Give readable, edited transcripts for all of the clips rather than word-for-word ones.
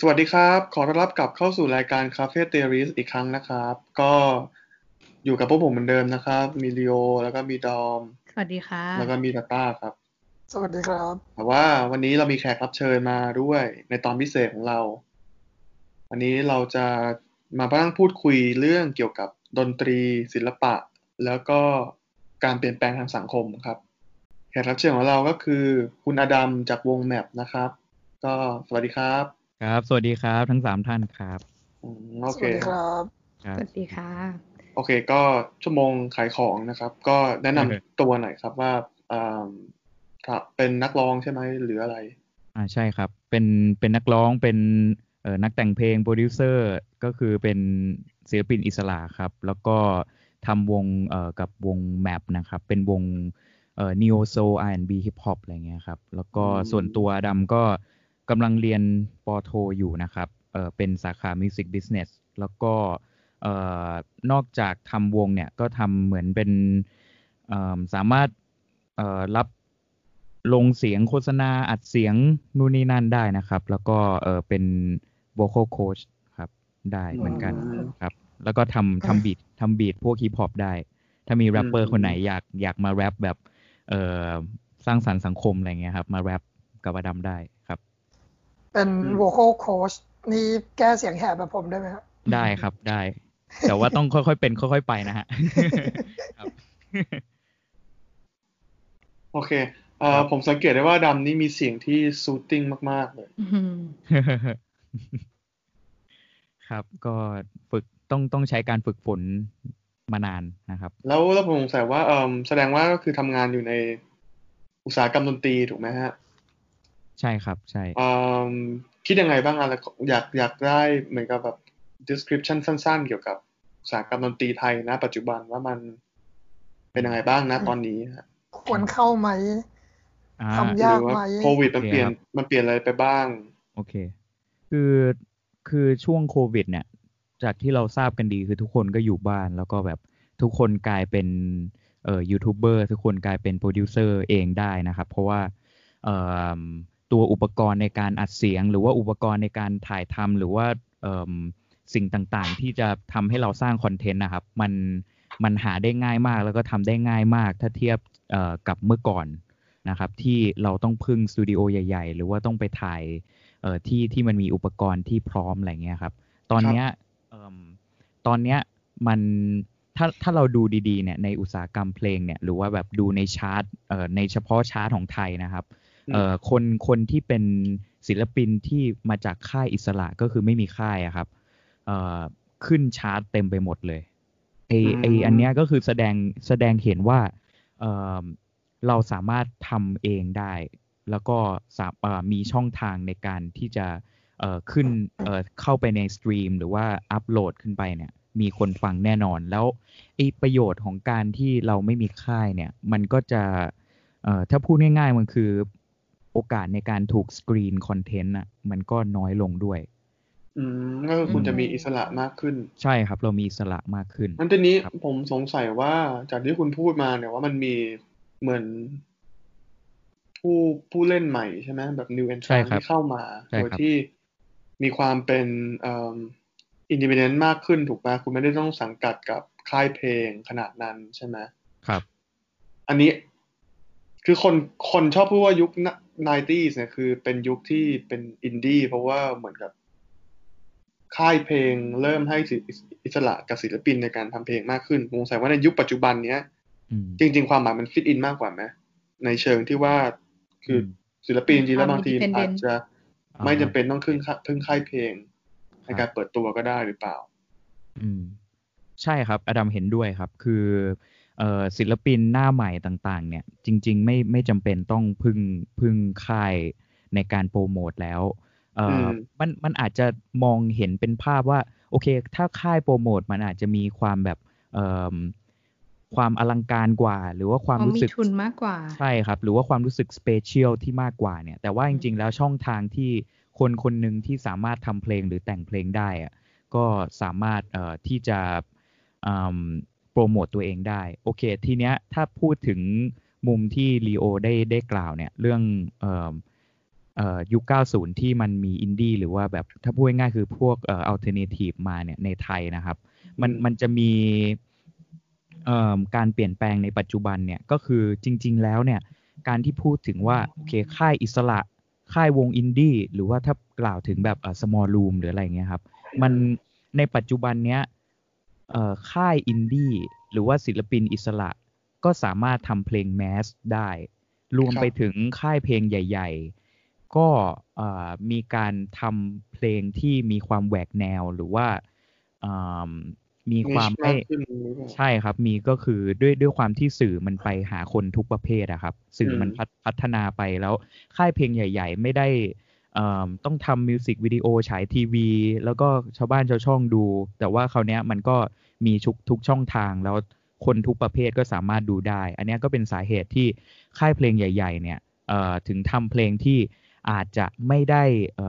สวัสดีครับขอต้อนรับกลับเข้าสู่รายการ Cafe Theories อีกครั้งนะครับก็อยู่กับพวกผมเหมือนเดิมนะครับมีลีโอแล้วก็มีดอมสวัสดีค่ะแล้วก็มีตาต้าครับสวัสดีครับแต่ว่าวันนี้เรามีแขกรับเชิญมาด้วยในตอนพิเศษของเราวันนี้เราจะมาบ้างพูดคุยเรื่องเกี่ยวกับดนตรีศิลปะแล้วก็การเปลี่ยนแปลงทางสังคมครับแขกรับเชิญของเราก็คือคุณอดัมจากวงแมปนะครับก็สวัสดีครับครับสวัสดีครับทั้ง3ท่านครับโอสเควัสดีครับสวัสดีค่ะโอเคก็ชั่วโมงขายของนะครับก็แนะนำตัวหน่อยครับว่าอ่าเป็นนักร้องใช่ไหมหรืออะไรใช่ครับเป็นนักร้องเป็นนักแต่งเพลงโปรดิวเซอร์ก็คือเป็นศิลปินอิสระครับแล้วก็ทำวงกับวง MAP นะครับเป็นวงNeo Soul R&B Hip Hop อะไรเงี้ยครับแล้วก็ส่วนตัวดำก็กำลังเรียนปโทอยู่นะครับเป็นสาขา Music Business แล้วก็นอกจากทำวงเนี่ยก็ทำเหมือนเป็นสามารถรับลงเสียงโฆษณาอัดเสียงนู่นนี่นั่นได้นะครับแล้วก็เป็น vocal coach ครับได้เหมือนกันครับแล้วก็ทำบีทพวกฮิปฮอปได้ถ้ามีแรปเปอร์คนไหนอยากมาแรปแบบสร้างสรรค์สังคมอะไรเงี้ยครับมาแรปกับอดัมได้ครับเป็น vocal coach นี่แก้เสียงแหบแบบผมได้ไหมครับได้ครับได้แต่ว่าต้องค่อยๆเป็นค่อยๆไปนะฮะครับโอเคผมสังเกตได้ว่าดำนี่มีเสียงที่ซูทติ้งมากๆเลยครับก็ฝึกต้องใช้การฝึกฝนมานานนะครับแล้วผมสงสัยว่าแสดงว่าก็คือทำงานอยู่ในอุตสาหกรรมดนตรีถูกไหมฮะใช่ครับใช่คิดยังไงบ้างอะไรอยากได้เหมือนกับแบบ description สั้นๆเกี่ยวกับอุตสาหกรรมดนตรีไทยนะปัจจุบันว่ามันเป็นยังไงบ้างนะตอนนี้ควรเข้าไหมทำยากไหมโควิดมันเปลี่ยนอะไรไปบ้างโอเคคือช่วงโควิดเนี่ยจากที่เราทราบกันดีคือทุกคนก็อยู่บ้านแล้วก็แบบทุกคนกลายเป็นยูทูบเบอร์ทุกคนกลายเป็นโปรดิวเซอร์เองได้นะครับเพราะว่าตัวอุปกรณ์ในการอัดเสียงหรือว่าอุปกรณ์ในการถ่ายทำหรือว่าสิ่งต่างๆที่จะทำให้เราสร้างคอนเทนต์นะครับมันหาได้ง่ายมากแล้วก็ทำได้ง่ายมากถ้าเทียบกับเมื่อก่อนนะครับที่เราต้องพึ่งสตูดิโอใหญ่ๆหรือว่าต้องไปถ่ายที่มันมีอุปกรณ์ที่พร้อมอะไรเงี้ยครับตอนเนี้ยมันถ้าเราดูดีๆเนี่ยในอุตสาหกรรมเพลงเนี่ยหรือว่าแบบดูในชาร์ตในเฉพาะชาร์ตของไทยนะครับคนที่เป็นศิลปินที่มาจากค่ายอิสระก็คือไม่มีค่ายอะครับขึ้นชาร์ตเต็มไปหมดเลยอันเนี้ยก็คือแสดงเห็นว่าเราสามารถทำเองได้แล้วก็มีช่องทางในการที่จะขึ้นเข้าไปในสตรีมหรือว่าอัปโหลดขึ้นไปเนี่ยมีคนฟังแน่นอนแล้วประโยชน์ของการที่เราไม่มีค่ายเนี่ยมันก็จะถ้าพูดง่ายๆมันคือโอกาสในการถูกสกรีนคอนเทนต์อ่ะมันก็น้อยลงด้วยก็คือคุณจะมีอิสระมากขึ้นใช่ครับเรามีอิสระมากขึ้นทีนี้ผมสงสัยว่าจากที่คุณพูดมาเนี่ยว่ามันมีเหมือนผู้เล่นใหม่ใช่ไหมแบบ new entrant ที่เข้ามาโดยที่มีความเป็นindependent มากขึ้นถูกป่ะคุณไม่ได้ต้องสังกัดกับค่ายเพลงขนาดนั้นใช่ไหมครับอันนี้คือคนชอบพูดว่ายุค 90s เนี่ยคือเป็นยุคที่เป็นอินดี้เพราะว่าเหมือนกับค่ายเพลงเริ่มให้อิสระกับศิลปินในการทำเพลงมากขึ้นผมสงสัยว่าในยุคปัจจุบันเนี้ยจริงๆความหมายมันฟิตอินมากกว่าไหมในเชิงที่ว่าคือศิลปินจริงๆแล้วบางทีอาจจะไม่จำเป็นต้องพึ่งค่ายเพลงในการเปิดตัวก็ได้หรือเปล่าใช่ครับอดัมเห็นด้วยครับคือศิลปินหน้าใหม่ต่างๆเนี่ยจริงๆไม่จำเป็นต้องพึ่งค่ายในการโปรโมทแล้วมันอาจจะมองเห็นเป็นภาพว่าโอเคถ้าค่ายโปรโมทมันอาจจะมีความแบบความอลังการกว่าหรือว่าความรู้สึกมีทุนมากกว่าใช่ครับหรือว่าความรู้สึกสเปเชียลที่มากกว่าเนี่ยแต่ว่าจริงๆแล้วช่องทางที่คนหนึ่งที่สามารถทำเพลงหรือแต่งเพลงได้อะก็สามารถที่จะโปรโมตตัวเองได้โอเคทีเนี้ยถ้าพูดถึงมุมที่ลีโอได้กล่าวเนี่ยเรื่องยุค 90 ที่มันมีอินดี้หรือว่าแบบถ้าพูดง่ายๆคือพวกอัลเทอร์เนทีฟมาเนี่ยในไทยนะครับมันจะมีการเปลี่ยนแปลงในปัจจุบันเนี่ยก็คือจริงๆแล้วเนี่ยการที่พูดถึงว่าโอเคค่ายอิสระค่ายวงอินดี้หรือว่าถ้ากล่าวถึงแบบsmall room หรืออะไรเงี้ยครับมันในปัจจุบันเนี้ยค่ายอินดี้หรือว่าศิลปินอิสระก็สามารถทำเพลงแมสได้รวมไปถึงค่ายเพลงใหญ่ๆก็มีการทำเพลงที่มีความแหวกแนวหรือว่ามีความไม่ใช่ครับมีก็คือด้วยความที่สื่อมันไปหาคนทุกประเภทอะครับสื่อมันพัฒนาไปแล้วค่ายเพลงใหญ่ๆไม่ได้ต้องทำมิวสิกวิดีโอฉายทีวีแล้วก็ชาวบ้านชาวช่องดูแต่ว่าคราวนี้มันก็มีทุกช่องทางแล้วคนทุกประเภทก็สามารถดูได้อันนี้ก็เป็นสาเหตุที่ค่ายเพลงใหญ่ๆเนี่ยถึงทำเพลงที่อาจจะไม่ได้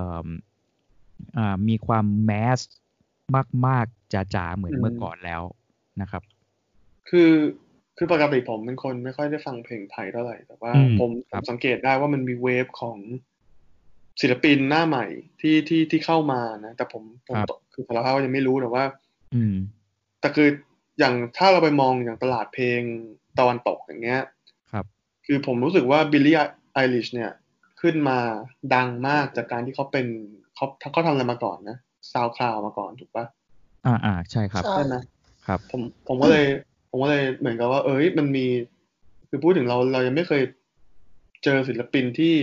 มีความแมสมากๆจ๋าๆเหมือนเมื่อก่อนแล้วนะครับคือปกติผมเป็นคนไม่ค่อยได้ฟังเพลงไทยเท่าไหร่แต่ว่าผมสังเกตได้ว่ามันมีเวฟของศิลปินหน้าใหม่ที่เข้ามานะแต่ผมคือสารภาพว่ายังไม่รู้แต่ว่าแต่คืออย่างถ้าเราไปมองอย่างตลาดเพลงตะวันตกอย่างเงี้ยคือผมรู้สึกว่าบิลลี่ไอลิชเนี่ยขึ้นมาดังมากจากการที่เขาทำอะไรมาก่อนนะซาวคลาวมาก่อนถูกปะใช่ครับใช่ไหมครับผมก็เลยเหมือนกับว่ามันมีคือพูดถึงเรายังไม่เคยเจอศิลปินที่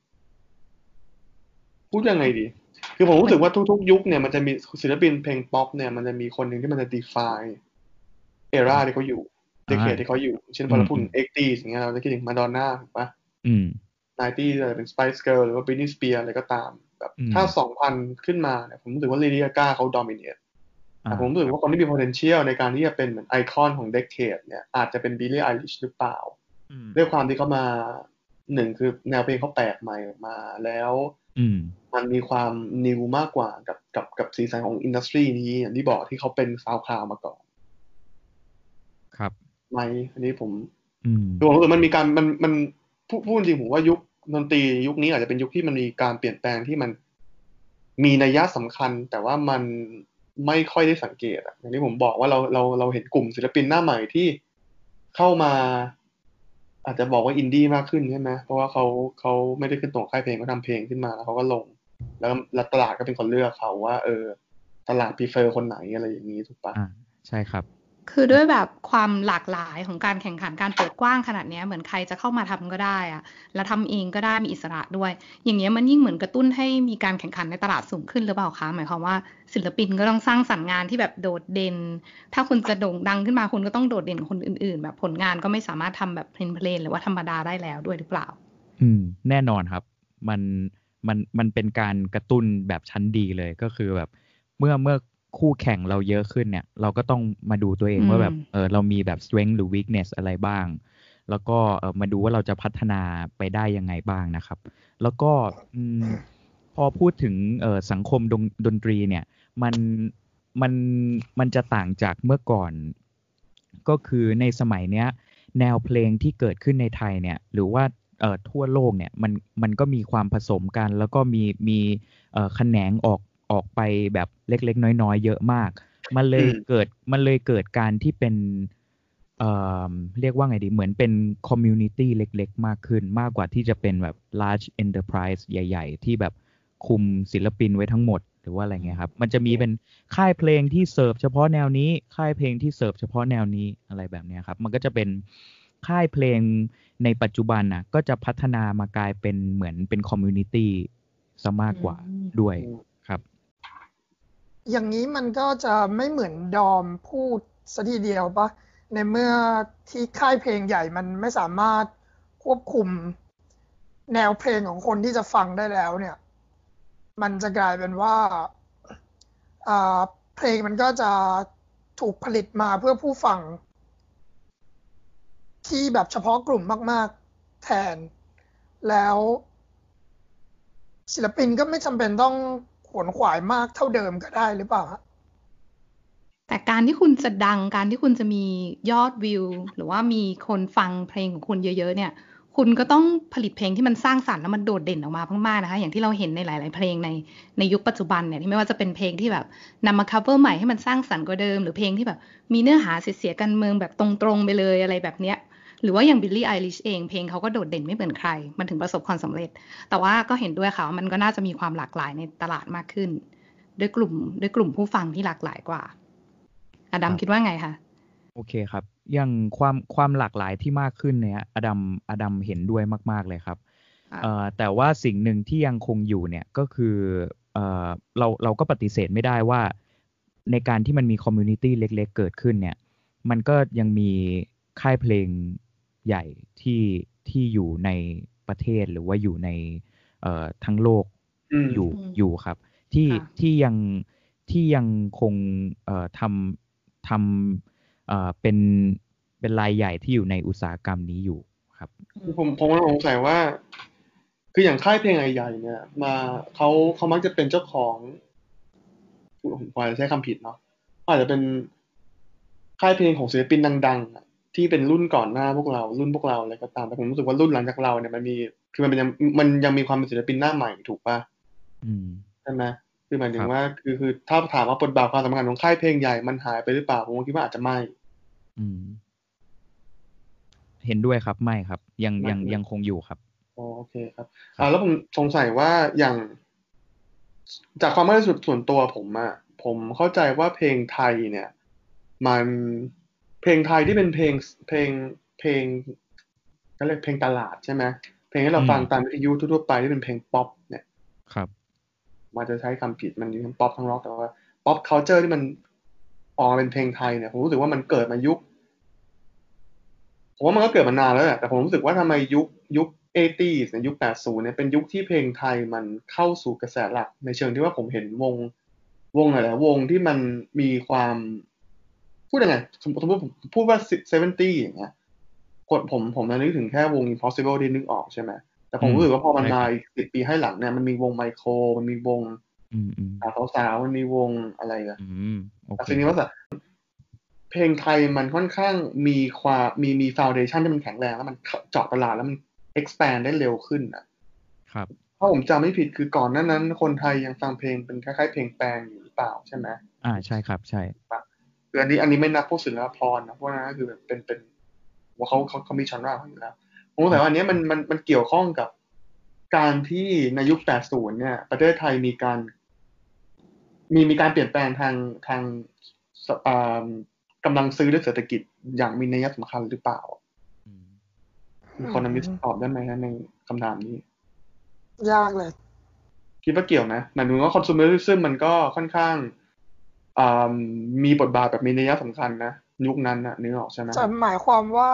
พูดยังไงดีคือผมรู้สึกว่าทุกยุคเนี่ยมันจะมีศิลปินเพลงป๊อปเนี่ยมันจะมีคนหนึ่งที่มันจะ define เอราที่เขาอยู่เดเคดที่เขาอยู่เช่นพอเราพูดถึง 80s อย่างเงี้ยเราจะคิดถึงมาดอนน่าถูกปะ90s จะเป็น Spice Girl หรือว่า Britney Spears อะไรก็ตามแบบถ้า 2000 ขึ้นมาเนี่ยผมรู้สึกว่า Lady Gaga เขา dominate แต่ผมรู้สึกว่าคนที่มี potential ในการที่จะเป็นเหมือนไอคอนของ decade เนี่ยอาจจะเป็น Billie Eilish หรือเปล่าด้วยความที่เขามาหนึ่งคือแนวเพลงเขาแปลกใหม่ออกมาแล้วมันมีความนิวมากกว่ากับสีสันของอินดัสทรีนี้อย่างที่บอกที่เขาเป็นซาวคลาวมาก่อนครับไหมอันนี้ผมคือผมรู้สึกมันมีการมันพูดจริงผมว่ายุคดนตรียุคนี้อาจจะเป็นยุคที่มันมีการเปลี่ยนแปลงที่มันมีนัยยะสำคัญแต่ว่ามันไม่ค่อยได้สังเกตอย่างที่ผมบอกว่าเราเห็นกลุ่มศิลปินหน้าใหม่ที่เข้ามาอาจจะบอกว่าอินดี้มากขึ้นใช่ไหมเพราะว่าเขาไม่ได้ขึ้นตรงค่ายเพลงเขาทำเพลงขึ้นมาแล้วเขาก็ลงแล้วตลาดก็เป็นคนเลือกเขาว่าตลาดพรีเฟอร์คนไหนอะไรอย่างนี้ถูกปะใช่ครับคือด้วยแบบความหลากหลายของการแข่งขันการเปิดกว้างขนาดนี้เหมือนใครจะเข้ามาทำก็ได้อะแล้วทำเองก็ได้มีอิสระด้วยอย่างเงี้ยมันยิ่งเหมือนกระตุ้นให้มีการแข่งขันในตลาดสูงขึ้นหรือเปล่าคะหมายความว่าศิลปินก็ต้องสร้างสรรค์งานที่แบบโดดเด่นถ้าคุณจะโด่งดังขึ้นมาคุณก็ต้องโดดเด่นคนอื่นๆแบบผลงานก็ไม่สามารถทำแบบเพลนๆหรือว่าธรรมดาได้แล้วด้วยหรือเปล่าแน่นอนครับมันเป็นการกระตุ้นแบบชั้นดีเลยก็คือแบบเมื่อคู่แข่งเราเยอะขึ้นเนี่ยเราก็ต้องมาดูตัวเองว่าแบบเรามีแบบ strength หรือ weakness อะไรบ้างแล้วก็มาดูว่าเราจะพัฒนาไปได้ยังไงบ้างนะครับแล้วก็พอพูดถึงสังคมดนตรีเนี่ยมันจะต่างจากเมื่อก่อนก็คือในสมัยเนี้ยแนวเพลงที่เกิดขึ้นในไทยเนี่ยหรือว่าทั่วโลกเนี่ยมันก็มีความผสมกันแล้วก็มีแขนงออกไปแบบเล็กๆน้อยๆเยอะมากมันเลยเกิดการที่เป็นเรียกว่าไงดีเหมือนเป็นคอมมูนิตี้เล็กๆมากขึ้นมากกว่าที่จะเป็นแบบ large enterprise ใหญ่ๆที่แบบคุมศิลปินไว้ทั้งหมดหรือว่าอะไรเงี้ยครับมันจะมีเป็นค่ายเพลงที่เสิร์ฟเฉพาะแนวนี้ค่ายเพลงที่เสิร์ฟเฉพาะแนวนี้อะไรแบบนี้ครับมันก็จะเป็นค่ายเพลงในปัจจุบันน่ะก็จะพัฒนามากลายเป็นเหมือนเป็นคอมมูนิตี้ซะมากกว่าด้วยครับอย่างนี้มันก็จะไม่เหมือนดอมพูดซะทีเดียวปะในเมื่อที่ค่ายเพลงใหญ่มันไม่สามารถควบคุมแนวเพลงของคนที่จะฟังได้แล้วเนี่ยมันจะกลายเป็นว่าเพลงมันก็จะถูกผลิตมาเพื่อผู้ฟังที่แบบเฉพาะกลุ่มมากๆแทนแล้วศิลปินก็ไม่จำเป็นต้องขวนขวายมากเท่าเดิมก็ได้หรือเปล่าแต่การที่คุณจะดังการที่คุณจะมียอดวิวหรือว่ามีคนฟังเพลงของคุณเยอะๆเนี่ยคุณก็ต้องผลิตเพลงที่มันสร้างสรรค์แล้วมันโดดเด่นออกมามากๆนะคะอย่างที่เราเห็นในหลายๆเพลงในยุคปัจจุบันเนี่ยที่ไม่ว่าจะเป็นเพลงที่แบบนำมา cover ใหม่ให้มันสร้างสรรค์กว่าเดิมหรือเพลงที่แบบมีเนื้อหาเสียๆกันเมืองแบบตรงๆไปเลยอะไรแบบเนี้ยหรือว่าอย่าง Billie Eilish เองเพลงเขาก็โดดเด่นไม่เหมือนใครมันถึงประสบความสำเร็จแต่ว่าก็เห็นด้วยค่ะว่ามันก็น่าจะมีความหลากหลายในตลาดมากขึ้นด้วยกลุ่มผู้ฟังที่หลากหลายกว่าอดัมคิดว่าไงคะโอเคครับอย่างความหลากหลายที่มากขึ้นเนี่ยอดัมเห็นด้วยมากๆเลยครับแต่ว่าสิ่งหนึ่งที่ยังคงอยู่เนี่ยก็คือเราก็ปฏิเสธไม่ได้ว่าในการที่มันมีคอมมูนิตี้เล็กๆเกิดขึ้นเนี่ยมันก็ยังมีค่ายเพลงใหญ่ที่อยู่ในประเทศหรือว่าอยู่ในทั้งโลกอยู่ครับที่ยังคงทำเป็นรายใหญ่ที่อยู่ในอุตสาหกรรมนี้อยู่ครับผมสงสัยว่าคืออย่างค่ายเพลงใหญ่ๆเนี่ยมาเขามักจะเป็นเจ้าของผมอาจจะใช้คำผิดเนาะอาจจะเป็นค่ายเพลงของศิลปินดังๆที่เป็นรุ่นก่อนหน้าพวกเรารุ่นพวกเราอะไรก็ตามแต่ผมรู้สึกว่ารุ่นหลังจากเราเนี่ยมันยังมีความเป็นศิลปินหน้าใหม่ถูกป่ะใช่ไหมคือหมายถึงว่าคือถ้าถามว่าบทบาทความสำคัญของค่ายเพลงใหญ่มันหายไปหรือเปล่าผมคิดว่าอาจจะไม่เห็นด้วยครับไม่ครับยังคงอยู่ครับโอเคครับแล้วผมสงสัยว่าอย่างจากความรู้สึกส่วนตัวผมเข้าใจว่าเพลงไทยเนี่ยมันเพลงไทยที่เป็นเพลงก็เรียกเพลงตลาดใช่ไหมเพลงที่เราฟังตามวิทยุทั่วไปที่เป็นเพลงป๊อปเนี่ยครับมันจะใช้คำผิดมันมีทั้งป๊อปทั้งร็อกแต่ว่าป๊อปคัลเจอร์ที่มันออกมาเป็นเพลงไทยเนี่ยผมรู้สึกว่ามันเกิดมาผมว่ามันก็เกิดมานานแล้วแหละแต่ผมรู้สึกว่าทำไมยุค80s ยุค80เนี่ยเป็นยุคที่เพลงไทยมันเข้าสู่กระแสหลักในเชิงที่ว่าผมเห็นวงหลายๆวงที่มันมีความพูดยังไงสมมติผมพูดว่า70อย่างเงี้ยผมนึกถึงแค่วง Impossible ที่นึกออกใช่ไหมแต่ผมรู้สึกว่าพอมันมาอีก10 ปีให้หลังเนี่ยมันมีวงไมโครมันมีวงสาวมันมีวงอะไรอะแต่สิ่งนี้ว่าเพลงไทยมันค่อนข้างมีความมีฟาวเดชั่นที่มันแข็งแรงแล้วมันเจาะตลาดแล้วมัน expand ได้เร็วขึ้นครับถ้าผมจำไม่ผิดคือก่อนนั้นคนไทยยังฟังเพลงเป็นคล้ายๆเพลงแปลงอยู่หรือเปล่าใช่ไหมใช่ครับใช่คืออันนี้ไม่นับพวกศิลปาภรณ์นะเพราะนั้นคือแบบเป็นว่าเขามีชันราเขาอยู่แล้วผมว่าแต่ว่าอันนี้มันเกี่ยวข้องกับการที่ในยุค80เนี่ยประเทศไทยมีการเปลี่ยนแปลงทางกำลังซื้อและเศรษฐกิจอย่างมีนัยสำคัญหรือเปล่ามีคนมิสตอบได้ไหมในคำถามนี้ยากเลยคิดว่าเกี่ยวไหมหมายถึงว่า consumerism มันก็ค่อนข้างมีบทบาทแบบมีนัยสำคัญนะยุคนั้นนึกออกใช่ไหมจะหมายความว่า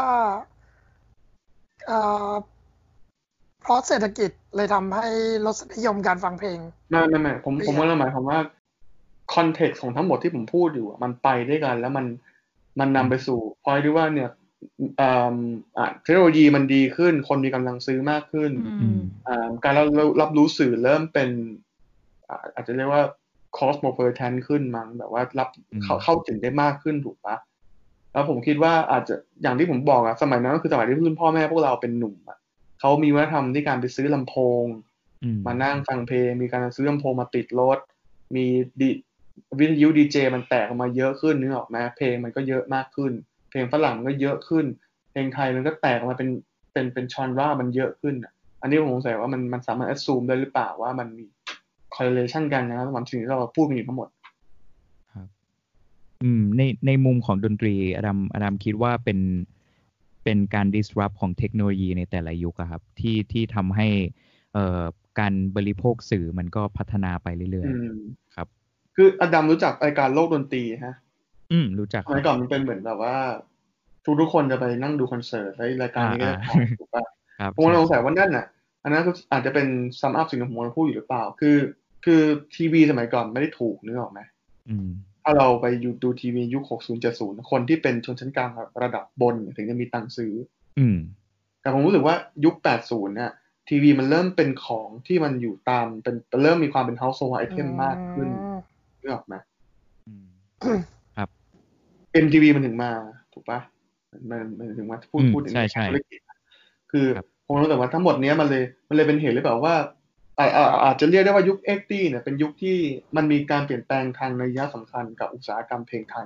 เพราะเศรษฐกิจเลยทำให้ลดนิยมการฟังเพลงไม่ผมว่าหมายความว่าคอนเท็กซ์ของทั้งหมดที่ผมพูดอยู่มันไปด้วยกันแล้วมันนำไปสู่พอยที่ว่าเนี่ยเทคโนโลยีมันดีขึ้นคนมีกำลังซื้อมากขึ้นการรับรู้สื่อเริ่มเป็นอาจจะเรียกว่า cosmopolitan ขึ้นมั้งแบบว่าเข้าถึงได้มากขึ้นถูกปะแล้วผมคิดว่าอาจจะอย่างที่ผมบอกสมัยนั้นก็คือสมัยที่รุ่นพ่อแม่พวกเราเป็นหนุ่มเขามีวัฒนธรรมที่การไปซื้อลำโพงมานั่งฟังเพลงมีการซื้อลำโพงมาติดรถมีวิทยุดีเจมันแตกออกมาเยอะขึ้นนึกออกไหมเพลงมันก็เยอะมากขึ้นเพลงฝรั่งมันก็เยอะขึ้นเพลงไทยมันก็แตกออกมาเป็นชอนรามันเยอะขึ้นอันนี้ผมสงสัยว่ามันสามารถ assume ได้หรือเปล่าว่ามันมี correlation กันนะระหว่างสิ่งที่เราพูดกันอยู่ทั้งหมดครับในมุมของดนตรีอดัมคิดว่าเป็นการ disrupt ของเทคโนโลยีในแต่ละยุคครับที่ทำให้การบริโภคสื่อมันก็พัฒนาไปเรื่อยๆครับคืออดัมรู้จักรายการโลกดนตรีฮะรู้จักสมัยก่อนมันเป็นเหมือนแบบว่าทุกคนจะไปนั่งดูคอนเสิร์ตแล้วรายการนี้ก็จะถ่ายถูกป่ะผมสงสัยว่านั่นอันนั้นอาจจะเป็นซัมอัพสิ่งที่ผมพูดอยู่หรือเปล่าคือทีวีสมัยก่อนไม่ได้ถูกนึกออกไหมถ้าเราไปดูทีวียุค60 70คนที่เป็นชนชั้นกลางระดับบนถึงจะมีตังค์ซื้อแต่ผมรู้สึกว่ายุค80เนี่ยทีวีมันเริ่มเป็นของที่มันอยู่ตามเป็นเริ่มมีความเป็น household item มากขึ้นนึกออกไหมครับ MTV มันถึงมาถูกปะมันถึงมาพูดใช่ธุรกิจคือผผมรู้สึกว่าทั้งหมดเนี้ยมันเลยเป็นเหตุหรือเปล่าว่าอาจจะเรียกได้ว่ายุค80เนี่ยเป็นยุคที่มันมีการเปลี่ยนแปลงทางนัยยะสำคัญกับอุตสาหกรรมเพลงไทย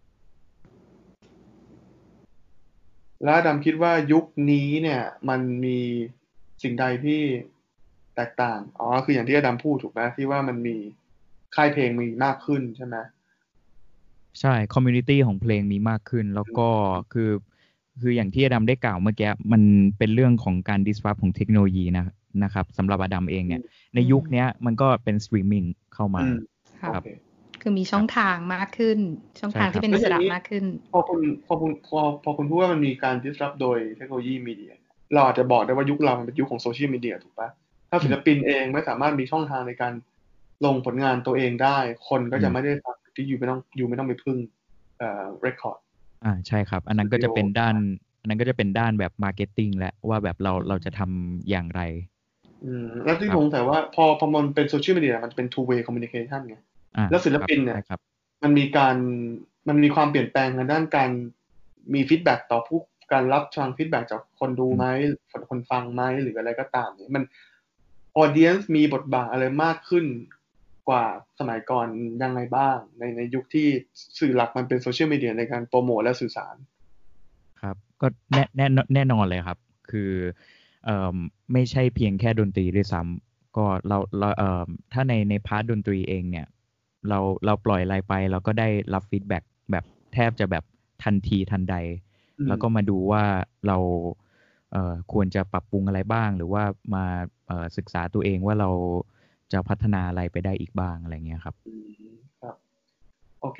และดำคิดว่ายุคนี้เนี่ยมันมีสิ่งใดที่แตกต่างคืออย่างที่อดัมพูดถูกไหมที่ว่ามันมีค่ายเพลงมีมากขึ้นใช่ไหมใช่คอมมูนิตี้ของเพลงมีมากขึ้นแล้วก็คืออย่างที่อดัมได้กล่าวเมื่อกี้มันเป็นเรื่องของการ disrupt ของเทคโนโลยีนะครับสำหรับอดัมเองเนี่ยในยุคนี้มันก็เป็นสตรีมมิ่งเข้ามาครับคือมีช่องทางมากขึ้นช่องทางที่เป็นอิสระมากขึ้นพอคุณพูดว่ามันมีการ disrupt โดยเทคโนโลยีมีเดียเราอาจจะบอกได้ว่ายุคเรามันเป็นยุคของโซเชียลมีเดียถูกปะถ้าศิลปินเองไม่สามารถมีช่องทางในการลงผลงานตัวเองได้คนก็จะไม่ได้ฟังที่อยู่ไม่ต้องไปพึ่งเรคคอร์ดใช่ครับอันนั้นก็จะเป็นด้านแบบมาร์เก็ตติ้งและว่าแบบเราจะทำอย่างไรแล้วที่ผมสงสัยว่าพอมันเป็นโซเชียลมีเดียมันเป็น two way communication ไงแล้วศิลปินเนี่ยมันมีความเปลี่ยนแปลงในด้านการมีฟีดแบ็กต่อผู้การรับฟังฟีดแบ็กจากคนดูไหมคนฟังไหมหรืออะไรก็ตามเนี่ยมันออเดียนซ์มีบทบาทอะไรมากขึ้นกว่าสมัยก่อนยังไงบ้างในยุคที่สื่อหลักมันเป็นโซเชียลมีเดียในการโปรโมทและสื่อสารครับก็แน่นอนเลยครับคือไม่ใช่เพียงแค่ดนตรีด้วยซ้ำก็เราถ้าในพาร์ทดนตรีเองเนี่ยเราปล่อยอะไรไปเราก็ได้รับฟีดแบ็กแบบแทบจะแบบทันทีทันใดแล้วก็มาดูว่าเราควรจะปรับปรุงอะไรบ้างหรือว่ามาศึกษาตัวเองว่าเราจะพัฒนาอะไรไปได้อีกบ้างอะไรเงี้ยครับครับโอเค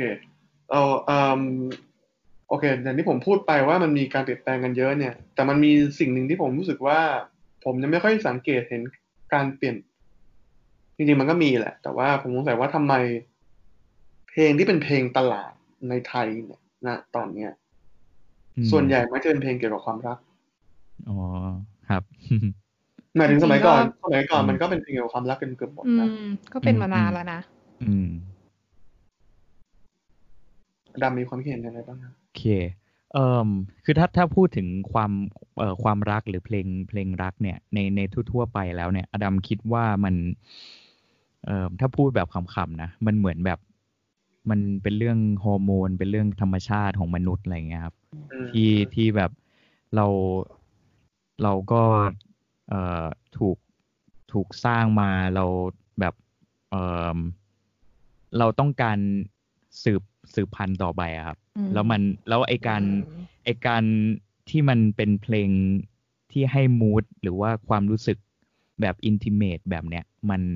โอเคอย่างที่ผมพูดไปว่ามันมีการเปลี่ยนแปลงกันเยอะเนี่ยแต่มันมีสิ่งหนึ่งที่ผมรู้สึกว่าผมยังไม่ค่อยสังเกตเห็นการเปลี่ยนจริงๆมันก็มีแหละแต่ว่าผมสงสัยว่าทำไมเพลงที่เป็นเพลงตลาดในไทยเนี่ยนะตอนเนี้ยส่วนใหญ่ไม่จะเป็นเพลงเกี่ยวกับความรักอ๋อครับหมายถึงสมัยก่อนมันก็เป็นเพลงเกี่ยวกับความรักกันเกือบหมดนะก็เป็นมานานแล้วนะดำมีความคิดเห็นยังไงบ้างครับโอเคคือถ้าพูดถึงความรักหรือเพลงรักเนี่ยในทั่วไปแล้วเนี่ยอดัมคิดว่ามันถ้าพูดแบบขำๆนะมันเหมือนแบบมันเป็นเรื่องฮอร์โมนเป็นเรื่องธรรมชาติของมนุษย์อะไรเงี้ยครับที่แบบเราก็ถูกสร้างมาเราแบบเราต้องการสืบพันธุ์ต่อไปอะครับแล้วไอการที่มันเป็นเพลงที่ให้มูดหรือว่าความรู้สึกแบบอินทิเมทแบบเนี้ย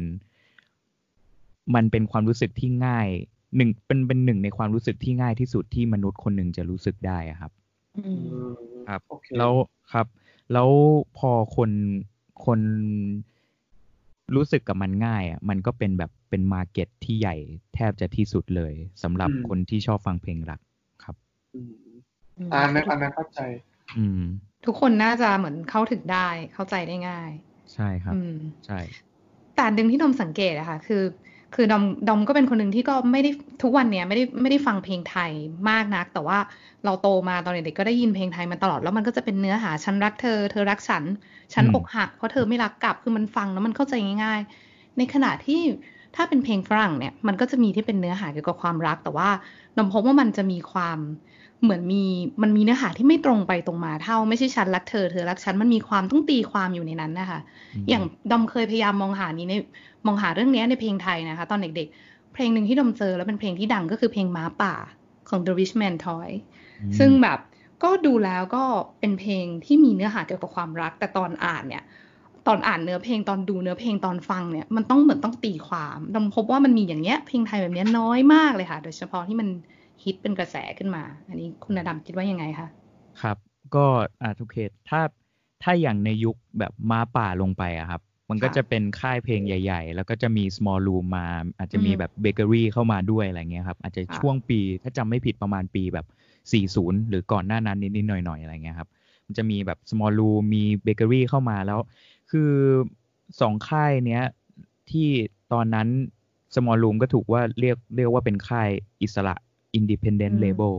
มันเป็นความรู้สึกที่ง่ายเป็นหนึ่งในความรู้สึกที่ง่ายที่สุดที่มนุษย์คนหนึ่งจะรู้สึกได้อะครับครับแล้วครับแล้วพอคนรู้สึกกับมันง่ายอ่ะมันก็เป็นแบบเป็นมาร์เก็ตที่ใหญ่แทบจะที่สุดเลยสำหรับคนที่ชอบฟังเพลงรักครับอันนั้นเข้าใจทุกคนน่าจะเหมือนเข้าถึงได้เข้าใจได้ง่ายใช่ครับใช่แต่หนึ่งที่ดมสังเกตอะค่ะคือดมก็เป็นคนหนึ่งที่ก็ไม่ได้ทุกวันเนี้ยไม่ได้ฟังเพลงไทยมากนักแต่ว่าเราโตมาตอนเด็กๆก็ได้ยินเพลงไทยมาตลอดแล้วมันก็จะเป็นเนื้อหาฉันรักเธอเธอรักฉันอกหักเพราะเธอไม่รักกลับคือมันฟังแล้วมันเข้าใจง่ายๆในขณะที่ถ้าเป็นเพลงฝรั่งเนี่ยมันก็จะมีที่เป็นเนื้อหาเกี่ยวกับความรักแต่ว่าดมพบว่ามันจะมีความเหมือนมันมีเนื้อหาที่ไม่ตรงไปตรงมาเท่าไม่ใช่ฉันรักเธอเธอรักฉันมันมีความต้องตีความอยู่ในนั้นนะคะอย่างดมเคยพยายามมองหาเรื่องนี้ในเพลงไทยนะคะตอนเด็กๆเพลงหนึ่งที่ดมเจอแล้วเป็นเพลงที่ดังก็คือเพลงม้าป่าของ The Rich Man Toy ซึ่งแบบก็ดูแล้วก็เป็นเพลงที่มีเนื้อหาเกี่ยวกับความรักแต่ตอนอ่านเนื้อเพลงตอนดูเนื้อเพลงตอนฟังเนี่ยมันต้องเหมือนต้องตีความดมพบว่ามันมีอย่างเงี้ยเพลงไทยแบบนี้น้อยมากเลยค่ะโดยเฉพาะที่มันฮิตเป็นกระแสขึ้นมาอันนี้คุณอดัมคิดว่ายังไงคะครับก็ทุกเคสถ้าอย่างในยุคแบบม้าป่าลงไปอะครับมันก็จะเป็นค่ายเพลงใหญ่ๆแล้วก็จะมี small room มาอาจจะมีแบบเบเกอรี่เข้ามาด้วยอะไรเงี้ยครับอาจจะช่วงปีถ้าจำไม่ผิดประมาณปีแบบ40หรือก่อนหน้านั้นนิดๆหน่อยๆอะไรเงี้ยครับมันจะมีแบบ small room มีเบเกอรี่เข้ามาแล้วคือ2ค่ายเนี้ยที่ตอนนั้น small room ก็ถูกว่าเรียกว่าเป็นค่ายอิสระ independent label นะครับ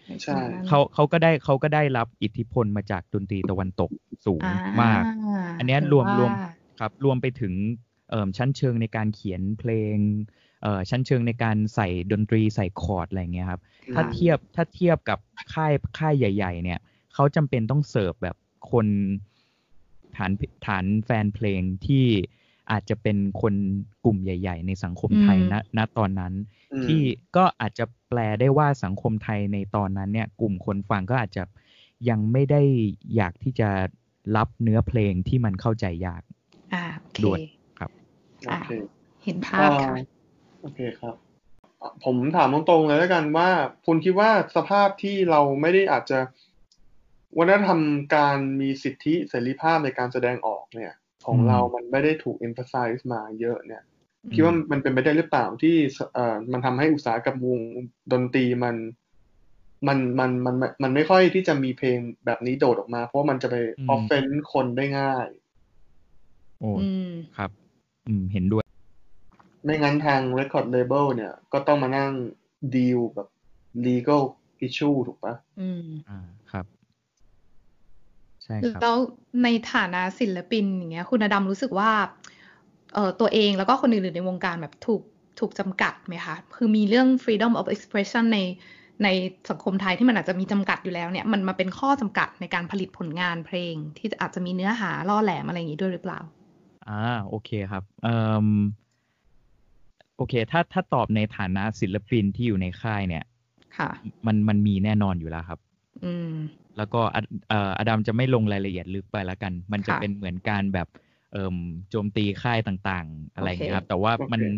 ใช่เขาก็ได้รับอิทธิพลมาจากดนตรีตะวันตกสูงมาก อันนี้รวมครับรวมไปถึงชั้นเชิงในการเขียนเพลงชั้นเชิงในการใส่ดนตรีใส่คอร์ดอะไรเงี้ยครับถ้าเทียบกับค่ายใหญ่ๆเนี่ยเขาจำเป็นต้องเสิร์ฟแบบคนฐานแฟนเพลงที่อาจจะเป็นคนกลุ่มใหญ่ๆในสังคมไทยณตอนนั้นที่ก็อาจจะแปลได้ว่าสังคมไทยในตอนนั้นเนี่ยกลุ่มคนฟังก็อาจจะยังไม่ได้อยากที่จะรับเนื้อเพลงที่มันเข้าใจยากด้วยครับโอเคเห็นภาพค่ะโอเคครับผมถามตรงๆเลยแล้วกันว่าคุณคิดว่าสภาพที่เราไม่ได้อาจจะวัฒนธรรมการมีสิทธิเสรีภาพในการแสดงออกเนี่ยของเรามันไม่ได้ถูก emphasize มาเยอะเนี่ยคิดว่ามันเป็นไปได้หรือเปล่าที่มันทำให้อุตสาหกรรมวงดนตรีมันไม่ค่อยที่จะมีเพลงแบบนี้โดดออกมาเพราะมันจะไป offend คนได้ง่ายโอ้ครับเห็นด้วยไม่งั้นทาง record label เนี่ยก็ต้องมานั่งดีลแบบ legal issue ถูกปะครับใช่ครับแล้วในฐานะศิลปินอย่างเงี้ยคุณอดัมรู้สึกว่าตัวเองแล้วก็คนอื่นๆในวงการแบบถูกจำกัดไหมคะคือมีเรื่อง freedom of expression ในสังคมไทยที่มันอาจจะมีจำกัดอยู่แล้วเนี่ยมันมาเป็นข้อจำกัดในการผลิตผลงานเพลงที่อาจจะมีเนื้อหาล่อแหลมอะไรอย่างนี้ด้วยหรือเปล่าโอเคครับโอเคถ้าตอบในฐานะศิลปินที่อยู่ในค่ายเนี่ยค่ะมันมีแน่นอนอยู่แล้วครับแล้วก็อดัมจะไม่ลงรายละเอียดลึกไปแล้วกันมันจะเป็นเหมือนการแบบโจมตีค่ายต่างๆอะไรอย่างเงี้ยครับแต่ว่า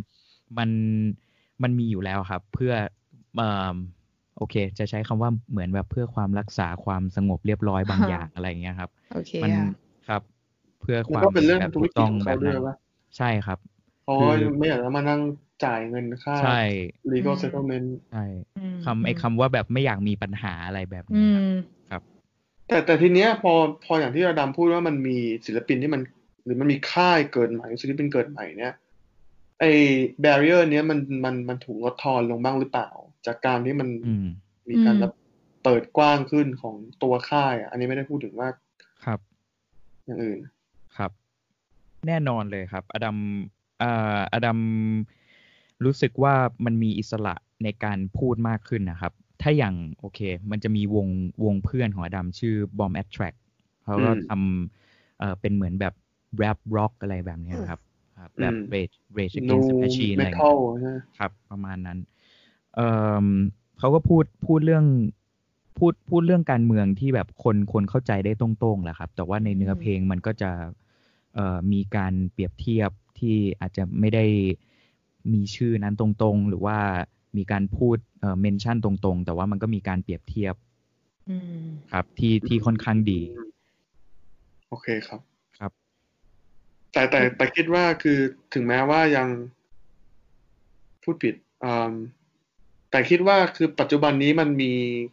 มันมีอยู่แล้วครับเพื่อโอเคจะใช้คำว่าเหมือนแบบเพื่อความรักษาความสงบเรียบร้อยบางอย่างอะไรอย่างเงี้ยครับมันครับเพื่อความแบบถูกต้องแบบนั้นใช่ครับเขาไม่อยากจะมานั่งจ่ายเงินค่า legal settlement ใช่คำว่าแบบไม่อยากมีปัญหาอะไรแบบนี้ครับแต่ทีเนี้ยพออย่างที่อดัมพูดว่ามันมีศิลปินที่มันหรือมันมีค่ายเกิดใหม่ศิลปินเกิดใหม่เนี่ยไอ้ barrier เนี้ยมันถูกลดทอนลงบ้างหรือเปล่าจากการที่มันมีการเปิดกว้างขึ้นของตัวค่ายอันนี้ไม่ได้พูดถึงว่าครับอย่างอื่นครับแน่นอนเลยครับอดัมรู้สึกว่ามันมีอิสระในการพูดมากขึ้นนะครับถ้าอย่างโอเคมันจะมีวงเพื่อนของอดัมชื่อ Bomb Attract เขาก็ทำเป็นเหมือนแบบ rap rock อะไรแบบนี้ครับแบบ Rage Against the Machine อะไรครับประมาณนั้นเขาก็พูดเรื่องการเมืองที่แบบคนเข้าใจได้ตรงๆแหละครับแต่ว่าในเนื้อเพลงมันก็จะมีการเปรียบเทียบที่อาจจะไม่ได้มีชื่อนั้นตรงๆหรือว่ามีการพูดเมนชั่นตรงๆแต่ว่ามันก็มีการเปรียบเทียบครับที่ค่อนข้างดีโอเคครับครับแต่คิดว่าคือถึงแม้ว่ายังพูดผิดแต่คิดว่าคือปัจจุบันนี้มันมี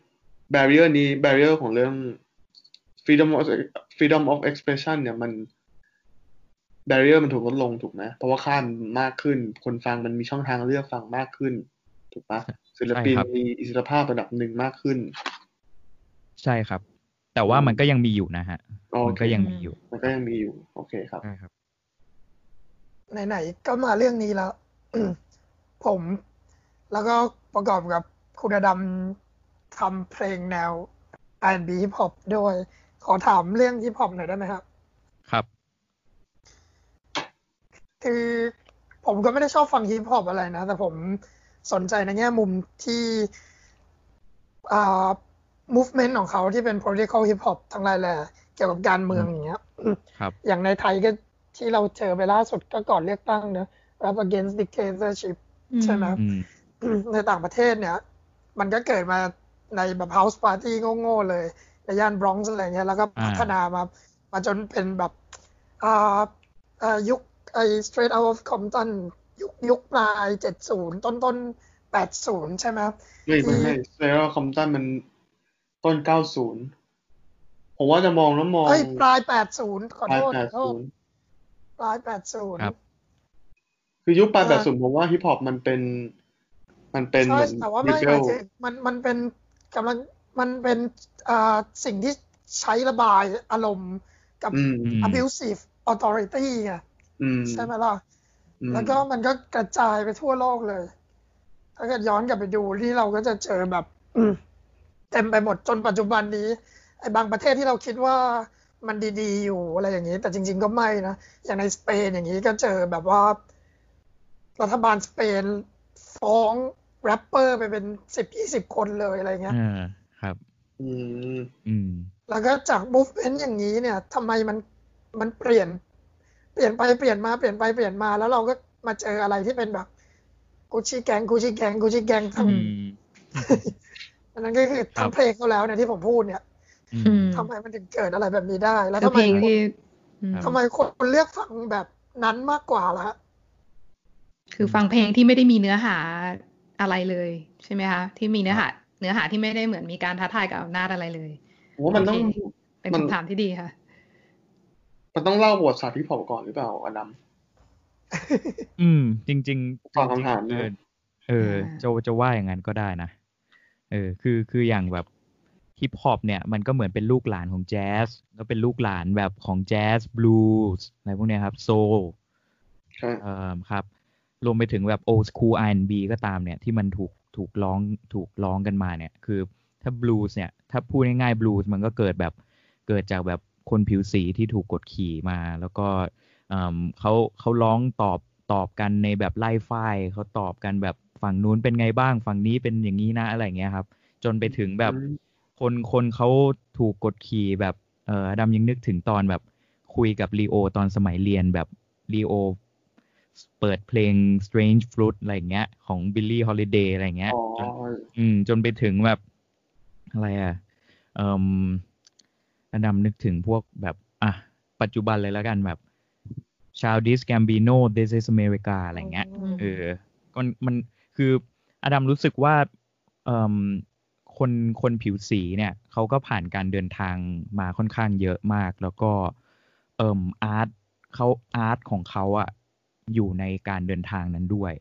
barrier ของเรื่อง freedom of expression เนี่ยมัน barrier มันถูกลดลงถูกไหมเพราะว่าค่ายมากขึ้นคนฟังมันมีช่องทางเลือกฟังมากขึ้นถูกปะศิลปินมีอิสรภาพระดับหนึ่งมากขึ้นใช่ครับแต่ว่ามันก็ยังมีอยู่นะฮะมันก็ยังมีอยู่โอเคครับใช่ครับไหนๆก็มาเรื่องนี้แล้ว ผมแล้วก็ประกอบกับคุณอดัมทำเพลงแนว R&B Hip Hop ด้วยขอถามเรื่อง Hip Hop หน่อยได้ไหมครับครับคือผมก็ไม่ได้ชอบฟัง Hip Hop อะไรนะแต่ผมสนใจในแง่มุมที่movement ของเขาที่เป็น political hip hop ทั้งหลายแหล่เกี่ยวกับการเมืองอย่างเงี้ยอย่างในไทยก็ที่เราเจอไปล่าสุดก็ก่อนเลือกตั้งนะ rap against dictatorship ใช่ไหมในต่างประเทศเนี่ยมันก็เกิดมาในแบบ house party โง่ๆเลยในย่านบรอนซ์อะไรเงี้ยแล้วก็พัฒนามาจนเป็นแบบยุคstraight out of Compton ยุคปลาย70ต้น80ใช่ไหมไม่straight out of Compton มันต้น90ผมว่าจะมองปลาย80ขอโทษปลาย80 ครับคือยุคปลาย80ผมว่าฮิปฮอปมันเป็นเหมือนแต่ว่าไม่มันเป็นกำลังมันเป็นสิ่งที่ใช้ระบายอารมณ์กับ abusive authority ไงใช่ไหมล่ะแล้วก็มันก็กระจายไปทั่วโลกเลยถ้าเกิดย้อนกลับไปดูที่เราก็จะเจอแบบเต็มไปหมดจนปัจจุบันนี้ไอ้บางประเทศที่เราคิดว่ามันดีๆอยู่อะไรอย่างนี้แต่จริงๆก็ไม่นะอย่างในสเปนอย่างนี้ก็เจอแบบว่ารัฐบาลสเปนฟ้องแรปเปอร์ไปเป็น10-20 คนเลยอะไรเงี้ยครับแล้วก็จาก movement อย่างนี้เนี่ยทำไมมันเปลี่ยนไปเปลี่ยนมาเปลี่ยนไปเปลี่ยนมาแล้วเราก็มาเจออะไรที่เป็นแบบกูชิแกงทั้งอันนั้นก็คือทั้งเพลงเขาแล้วเนี่ยที่ผมพูดเนี่ยทำไมมันถึงเกิดอะไรแบบนี้ได้แล้วทำไมคนเลือกฟังแบบนั้นมากกว่าล่ะคือฟังเพลงที่ไม่ได้มีเนื้อหาอะไรเลยใช่ไหมคะที่มีเนื้อหาที่ไม่ได้เหมือนมีการท้าทายกับอำนาจอะไรเลยว่ามันต้องเป็นคำถามที่ดีค่ะมันต้องเล่าประวัติศาสตร์ที่ผมก่อนหรือเปล่าอดัมจริงๆฟังคำถามจะว่าอย่างนั้นก็ได้นะคืออย่างแบบฮิปฮอปเนี่ยมันก็เหมือนเป็นลูกหลานของแจ๊สแล้วเป็นลูกหลานแบบของแจ๊สบลูส์อะไรพวกเนี้ยครับโซลครับรวมไปถึงแบบ old school R&B ก็ตามเนี่ยที่มันถูกร้องกันมาเนี่ยคือถ้าบลูส์เนี่ยถ้าพูดง่ายๆบลูส์มันก็เกิดจากแบบคนผิวสีที่ถูกกดขี่มาแล้วก็เขาร้องตอบกันในแบบไล่ฝ้ายเขาตอบกันแบบฝั่งนู้นเป็นไงบ้างฝั่งนี้เป็นอย่างนี้นะอะไรเงี้ยครับจนไปถึงแบบคนเขาถูกกดขี่แบบดำยังนึกถึงตอนแบบคุยกับลีโอตอนสมัยเรียนแบบลีโอเปิดเพลง Strange Fruit อะไรเงี้ยของ Billie Holiday อะไรเงี้ยจนไปถึงแบบอะไรดำนึกถึงพวกแบบปัจจุบันเลยแล้วกันแบบChildish Gambino This is America อะไรเงี้ยก็มันคืออดัมรู้สึกว่าคนผิวสีเนี่ยเขาก็ผ่านการเดินทางมาค่อนข้างเยอะมากแล้วก็อาร์ตของเขาอะอยู่ในการเดินทางนั้นด้วย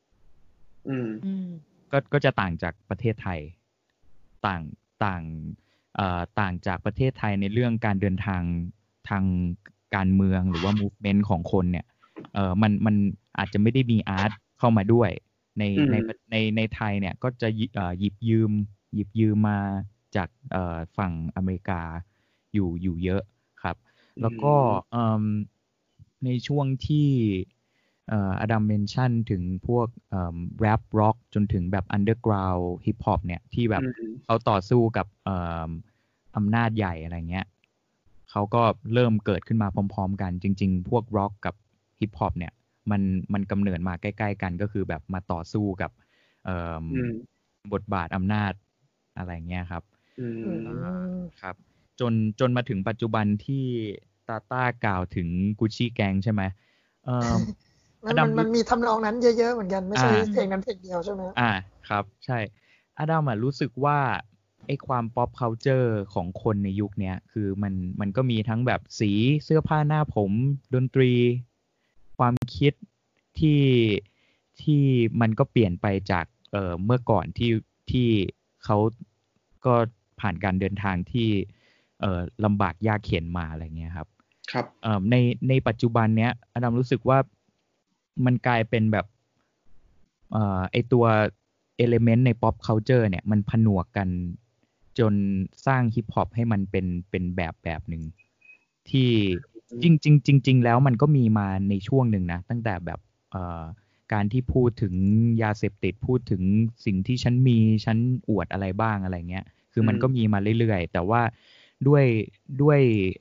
ก็จะต่างจากประเทศไทยต่างจากประเทศไทยในเรื่องการเดินทางทางการเมืองหรือว่า movement ของคนเนี่ยมันอาจจะไม่ได้มีอาร์ตเข้ามาด้วยในไทยเนี่ยก็จะหยิบยืมมาจากฝั่งอเมริกาอยู่เยอะครับแล้วก็ในช่วงที่อดัมเมนชั่นถึงพวกแรปร็อกจนถึงแบบอันเดอร์กราวด์ฮิปฮอปเนี่ยที่แบบเขาต่อสู้กับอำนาจใหญ่อะไรเงี้ยเขาก็เริ่มเกิดขึ้นมาพร้อมๆกันจริงๆพวกร็อกกับฮิปฮอปเนี่ยมันกำเนิดมาใกล้ๆกันก็คือแบบมาต่อสู้กับบทบาทอำนาจอะไรเงี้ยครับครับจนมาถึงปัจจุบันที่ตาต้ากล่าวถึงกุชชี่แกงใช่ไหมมันมีทำนองนั้นเยอะๆเหมือนกันไม่ใช่เพลงนั้นเพลงเดียวใช่ไหมครับใช่อดัมรู้สึกว่าไอ้ความ pop culture ของคนในยุคนี้คือมันก็มีทั้งแบบสีเสื้อผ้าหน้าผมดนตรีความคิดที่มันก็เปลี่ยนไปจากเมื่อก่อนที่เขาก็ผ่านการเดินทางที่ลำบากยากเข็ญมาอะไรเงี้ยครับในปัจจุบันเนี้ยอดัมรู้สึกว่ามันกลายเป็นแบบไอตัวelement ใน pop culture เนี่ยมันผนวกกันจนสร้างฮิปฮอปให้มันเป็นแบบหนึ่งที่จริงแล้วมันก็มีมาในช่วงหนึ่งนะตั้งแต่แบบการที่พูดถึงยาเสพติดพูดถึงสิ่งที่ฉันอวดอะไรบ้างอะไรเงี้ยคือมันก็มีมาเรื่อยๆแต่ว่าด้วย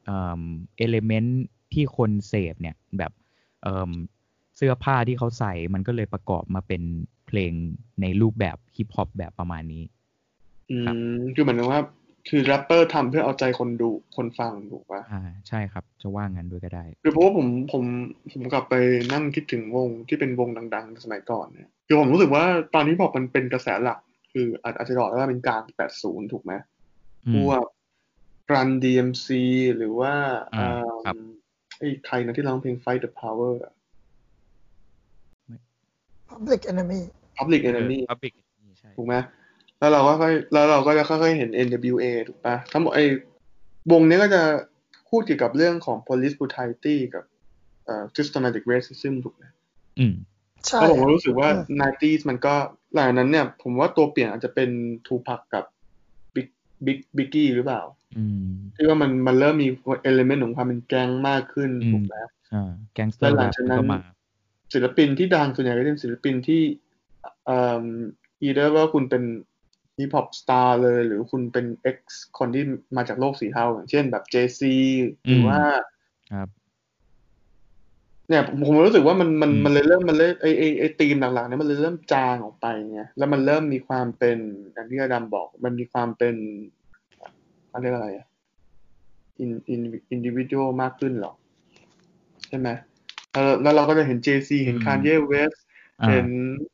element ที่คนเสพเนี่ยแบบเสื้อผ้าที่เขาใส่มันก็เลยประกอบมาเป็นเพลงในรูปแบบฮิปฮอปแบบประมาณนี้คือเหมือนว่าคือแรปเปอร์ทำเพื่อเอาใจคนฟังถูกป่ะใช่ครับจะว่างั้นด้วยก็ได้คือเพราะว่าผมกลับไปนั่งคิดถึงวงที่เป็นวงดังๆสมัยก่อนเนี่ยคือผมรู้สึกว่าตอนนี้พอมันเป็นกระแสหลักคืออาจจะบอกว่าเป็นกลาง80ถูกไหมพวก Run DMC หรือว่าไอ้ใครนะที่ร้องเพลง Fight the Power Public Enemy ถูกไหมแล้วเราก็จะค่อยๆเห็น NWA ถูกปะทั้งหมดไอ้วงนี้ก็จะพูดเกี่ยวกับเรื่องของ police brutality กับsystematic racism ถูกไหมอืมใช่แล้วผมก็รู้สึกว่าอืม 90s มันก็หลังจากนั้นเนี่ย ผมว่าตัวเปลี่ยนอาจจะเป็นทูพักกับบิ๊กกี้หรือเปล่าอืมที่ว่ามันเริ่มมี element ของความเป็นแก๊งมากขึ้นอืถูมกไหมแก๊งสเตอแล้วร์หลัแรง ปจากนั้นก็มาศิลปินที่ดังส่วนใหญ่ก็เป็นศิลปินที่either ว่าคุณเป็นฮิปฮอปสตาร์เลยหรือคุณเป็น X คนที่มาจากโลกสีเทาอย่างเช่นแบบ JC หรือว่าครับเนี่ยผมรู้สึกว่ามันเลยเริ่มไอ้ธีมหลังๆเนี่ยมันเลยเริ่มจางออกไปไงแล้วมันเริ่มมีความเป็นอย่างที่อาดัมบอกมันมีความเป็นอะไรยกอะไรอะindividual มากขึ้นหรอใช่ไหมแล้วเราก็จะเห็น JC เห็น Kanye West เห็น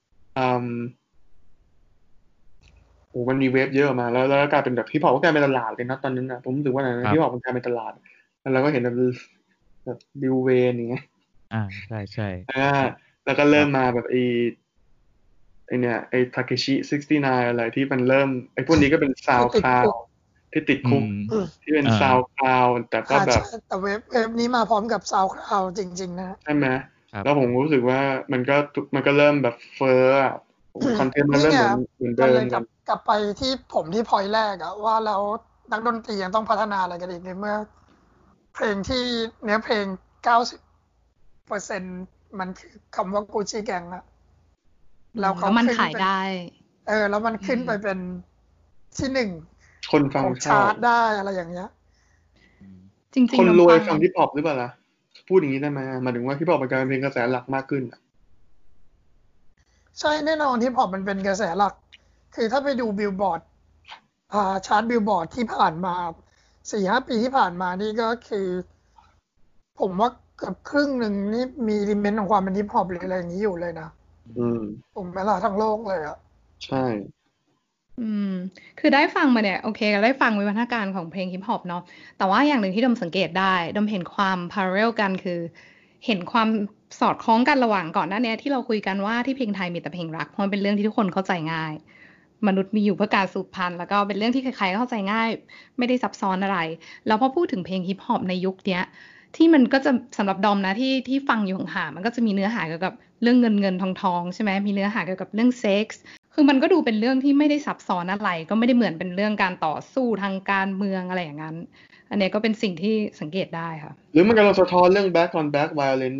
โอ้มันมีเวฟเยอะมาแล้วกลายเป็นแบบฮิปฮอปก็กลายเป็นตลาดเลยนะตอนนั้นนะผมรู้สึกว่าฮิปฮอปมันกลายเป็นตลาดแล้วเราก็เห็นแบบบิลเวนอย่างเงี้ยใช่แล้วก็เริ่มมาแบบไอ้เนี่ยไอ้ทาเคชิ69อะไรที่มันเริ่มไอ้พวกนี้ก็เป็นซาวคลาวที่ติดคุกที่เป็นซาวคลาวแต่ก็แบบแต่เว็บนี้มาพร้อมกับซาวคลาวจริงๆนะใช่ไหมแล้วผมรู้สึกว่ามันก็เริ่มแบบเฟ้อคอนเทนต์มันเริ่มเหมือนเดิมกันกลับไปที่พอยต์แรกอะว่าแล้วนักดนตรียังต้องพัฒนาอะไรกันอีกในเมื่อเพลงที่เนื้อเพลง 90% มันคือคำว่ากูชี่แกงอะแล้วมันขายได้แล้วมันขึ้นไปเป็นที่หนึ่งคนฟังชาร์ตได้อะไรอย่างเงี้ยจริงๆคนรวยฟังฮิปฮอปหรือเปล่าล่ะพูดอย่างนี้ได้ไหมหมายถึงว่าฮิปฮอปมันกลายเป็นกระแสหลักมากขึ้นใช่แน่นอนฮิปฮอปมันเป็นกระแสหลักคือถ้าไปดูบิลบอร์ดชาร์ตบิลบอร์ดที่ผ่านมา 4-5 ปีที่ผ่านมานี่ก็คือผมว่าเกือบครึ่งหนึ่งนี่มีอิเลเมนต์ของความเป็นฮิปฮอปหรืออะไรอย่างนี้อยู่เลยนะผมเวลาทั้งโลกเลยอะใช่คือได้ฟังมาเนี่ยโอเคได้ฟังวิวัฒนาการของเพลงฮิปฮอปเนาะแต่ว่าอย่างหนึ่งที่ดมสังเกตได้ดมเห็นความพาราเรลกันคือเห็นความสอดคล้องกันระหว่างก่อนหน้านี้ที่เราคุยกันว่าที่เพลงไทยมีแต่เพลงรักเพราะมันเป็นเรื่องที่ทุกคนเข้าใจง่ายมนุษย์มีอยู่เพื่อการสืบพันธุ์แล้วก็เป็นเรื่องที่ใครๆก็เข้าใจง่ายไม่ได้ซับซ้อนอะไรแล้วพอพูดถึงเพลงฮิปฮอปในยุคเนี้ยที่มันก็จะสำหรับดอมนะที่ฟังอยู่ห่างๆมันก็จะมีเนื้อหาเกี่ยวกับเรื่องเงินทองใช่ไหมมีเนื้อหาเกี่ยวกับเรื่องเซ็กส์คือมันก็ดูเป็นเรื่องที่ไม่ได้ซับซ้อนอะไรก็ไม่ได้เหมือนเป็นเรื่องการต่อสู้ทางการเมืองอะไรอย่างนั้นอันนี้ก็เป็นสิ่งที่สังเกตได้ค่ะหรือมันกำลังสะท้อนเรื่อง back on back violence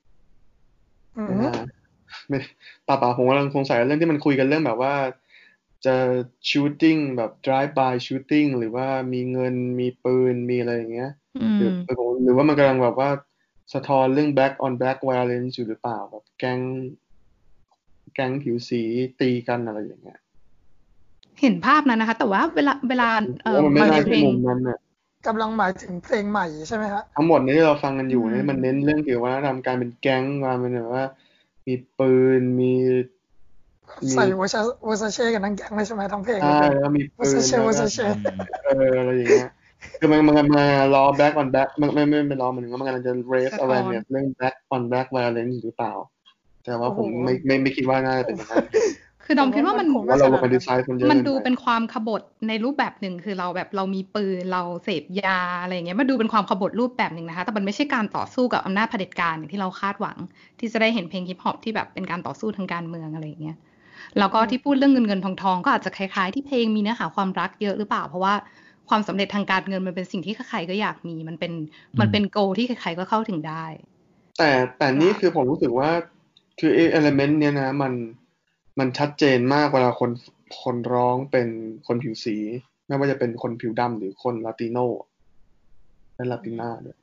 ไม่ป่าผมกำลังสงสัยเรื่องที่มันคุยกันเรื่องแบบว่าจะ shooting แบบ drive by shooting หรือว่ามีเงินมีปืนมีอะไรอย่างเงี้ยหรือว่ามันกำลังแบบว่าสะท้อนเรื่อง back on back violence อยู่หรือเปล่าแบบแก๊งผิวสีตีกันอะไรอย่างเงี้ยเห็นภาพนั้นนะคะแต่ว่าเวลามันไม่ได้ที่มุมนั้นน่ะกำลังหมายถึงเพลงใหม่ใช่ไหมฮะทั้งหมดนี้ที่เราฟังกันอยู่เนี่ยมันเน้นเรื่องเกี่ยวกับวัฒนธรรมการเป็นแก๊งความเป็นแบบว่ามีปืนมีใส่วอร์ซาเช่กันทั้งแก๊งเลยใช่ไหมทั้งเพลงใช่แล้วมีปืนวอร์ซาเช่อะไรอย่างเงี้ยคือมันมาล้อ back on back ไม่ล้อมันกำลังจะ raise awareness เรื่อง back on back violence หรือเปล่าแต่ว่าผมไม่คิดว่าน่าจะเป็นอย่างนั้นคือดอมคิดว่ามันมันดูเป็นความขบถในรูปแบบหนึ่งคือเรามีปืนเราเสพยาอะไรอย่างเงี้ยมันดูเป็นความขบถรูปแบบหนึ่งนะคะแต่มันไม่ใช่การต่อสู้กับอำนาจเผด็จการอย่างที่เราคาดหวังที่จะได้เห็นเพลงฮิปฮอปที่แบบเป็นการต่อสู้ทางการเมืองอะไรอย่างเงี้ยแล้วก็ที่พูดเรื่องเงินทองก็อาจจะคล้ายๆที่เพลงมีเนื้อหาความรักเยอะหรือเปล่าเพราะว่าความสำเร็จทางการเงินมันเป็นสิ่งที่ใครๆก็อยากมีมันเป็นโกที่ใครๆก็เข้าถึงได้แต่นี่คือผมรู้สึกว่าคือelement เนี้ยนะมันชัดเจนมากเวลาคนร้องเป็นคนผิวสีไม่ว่าจะเป็นคนผิวดำหรือคนลาติโนและลาติน่าด้วย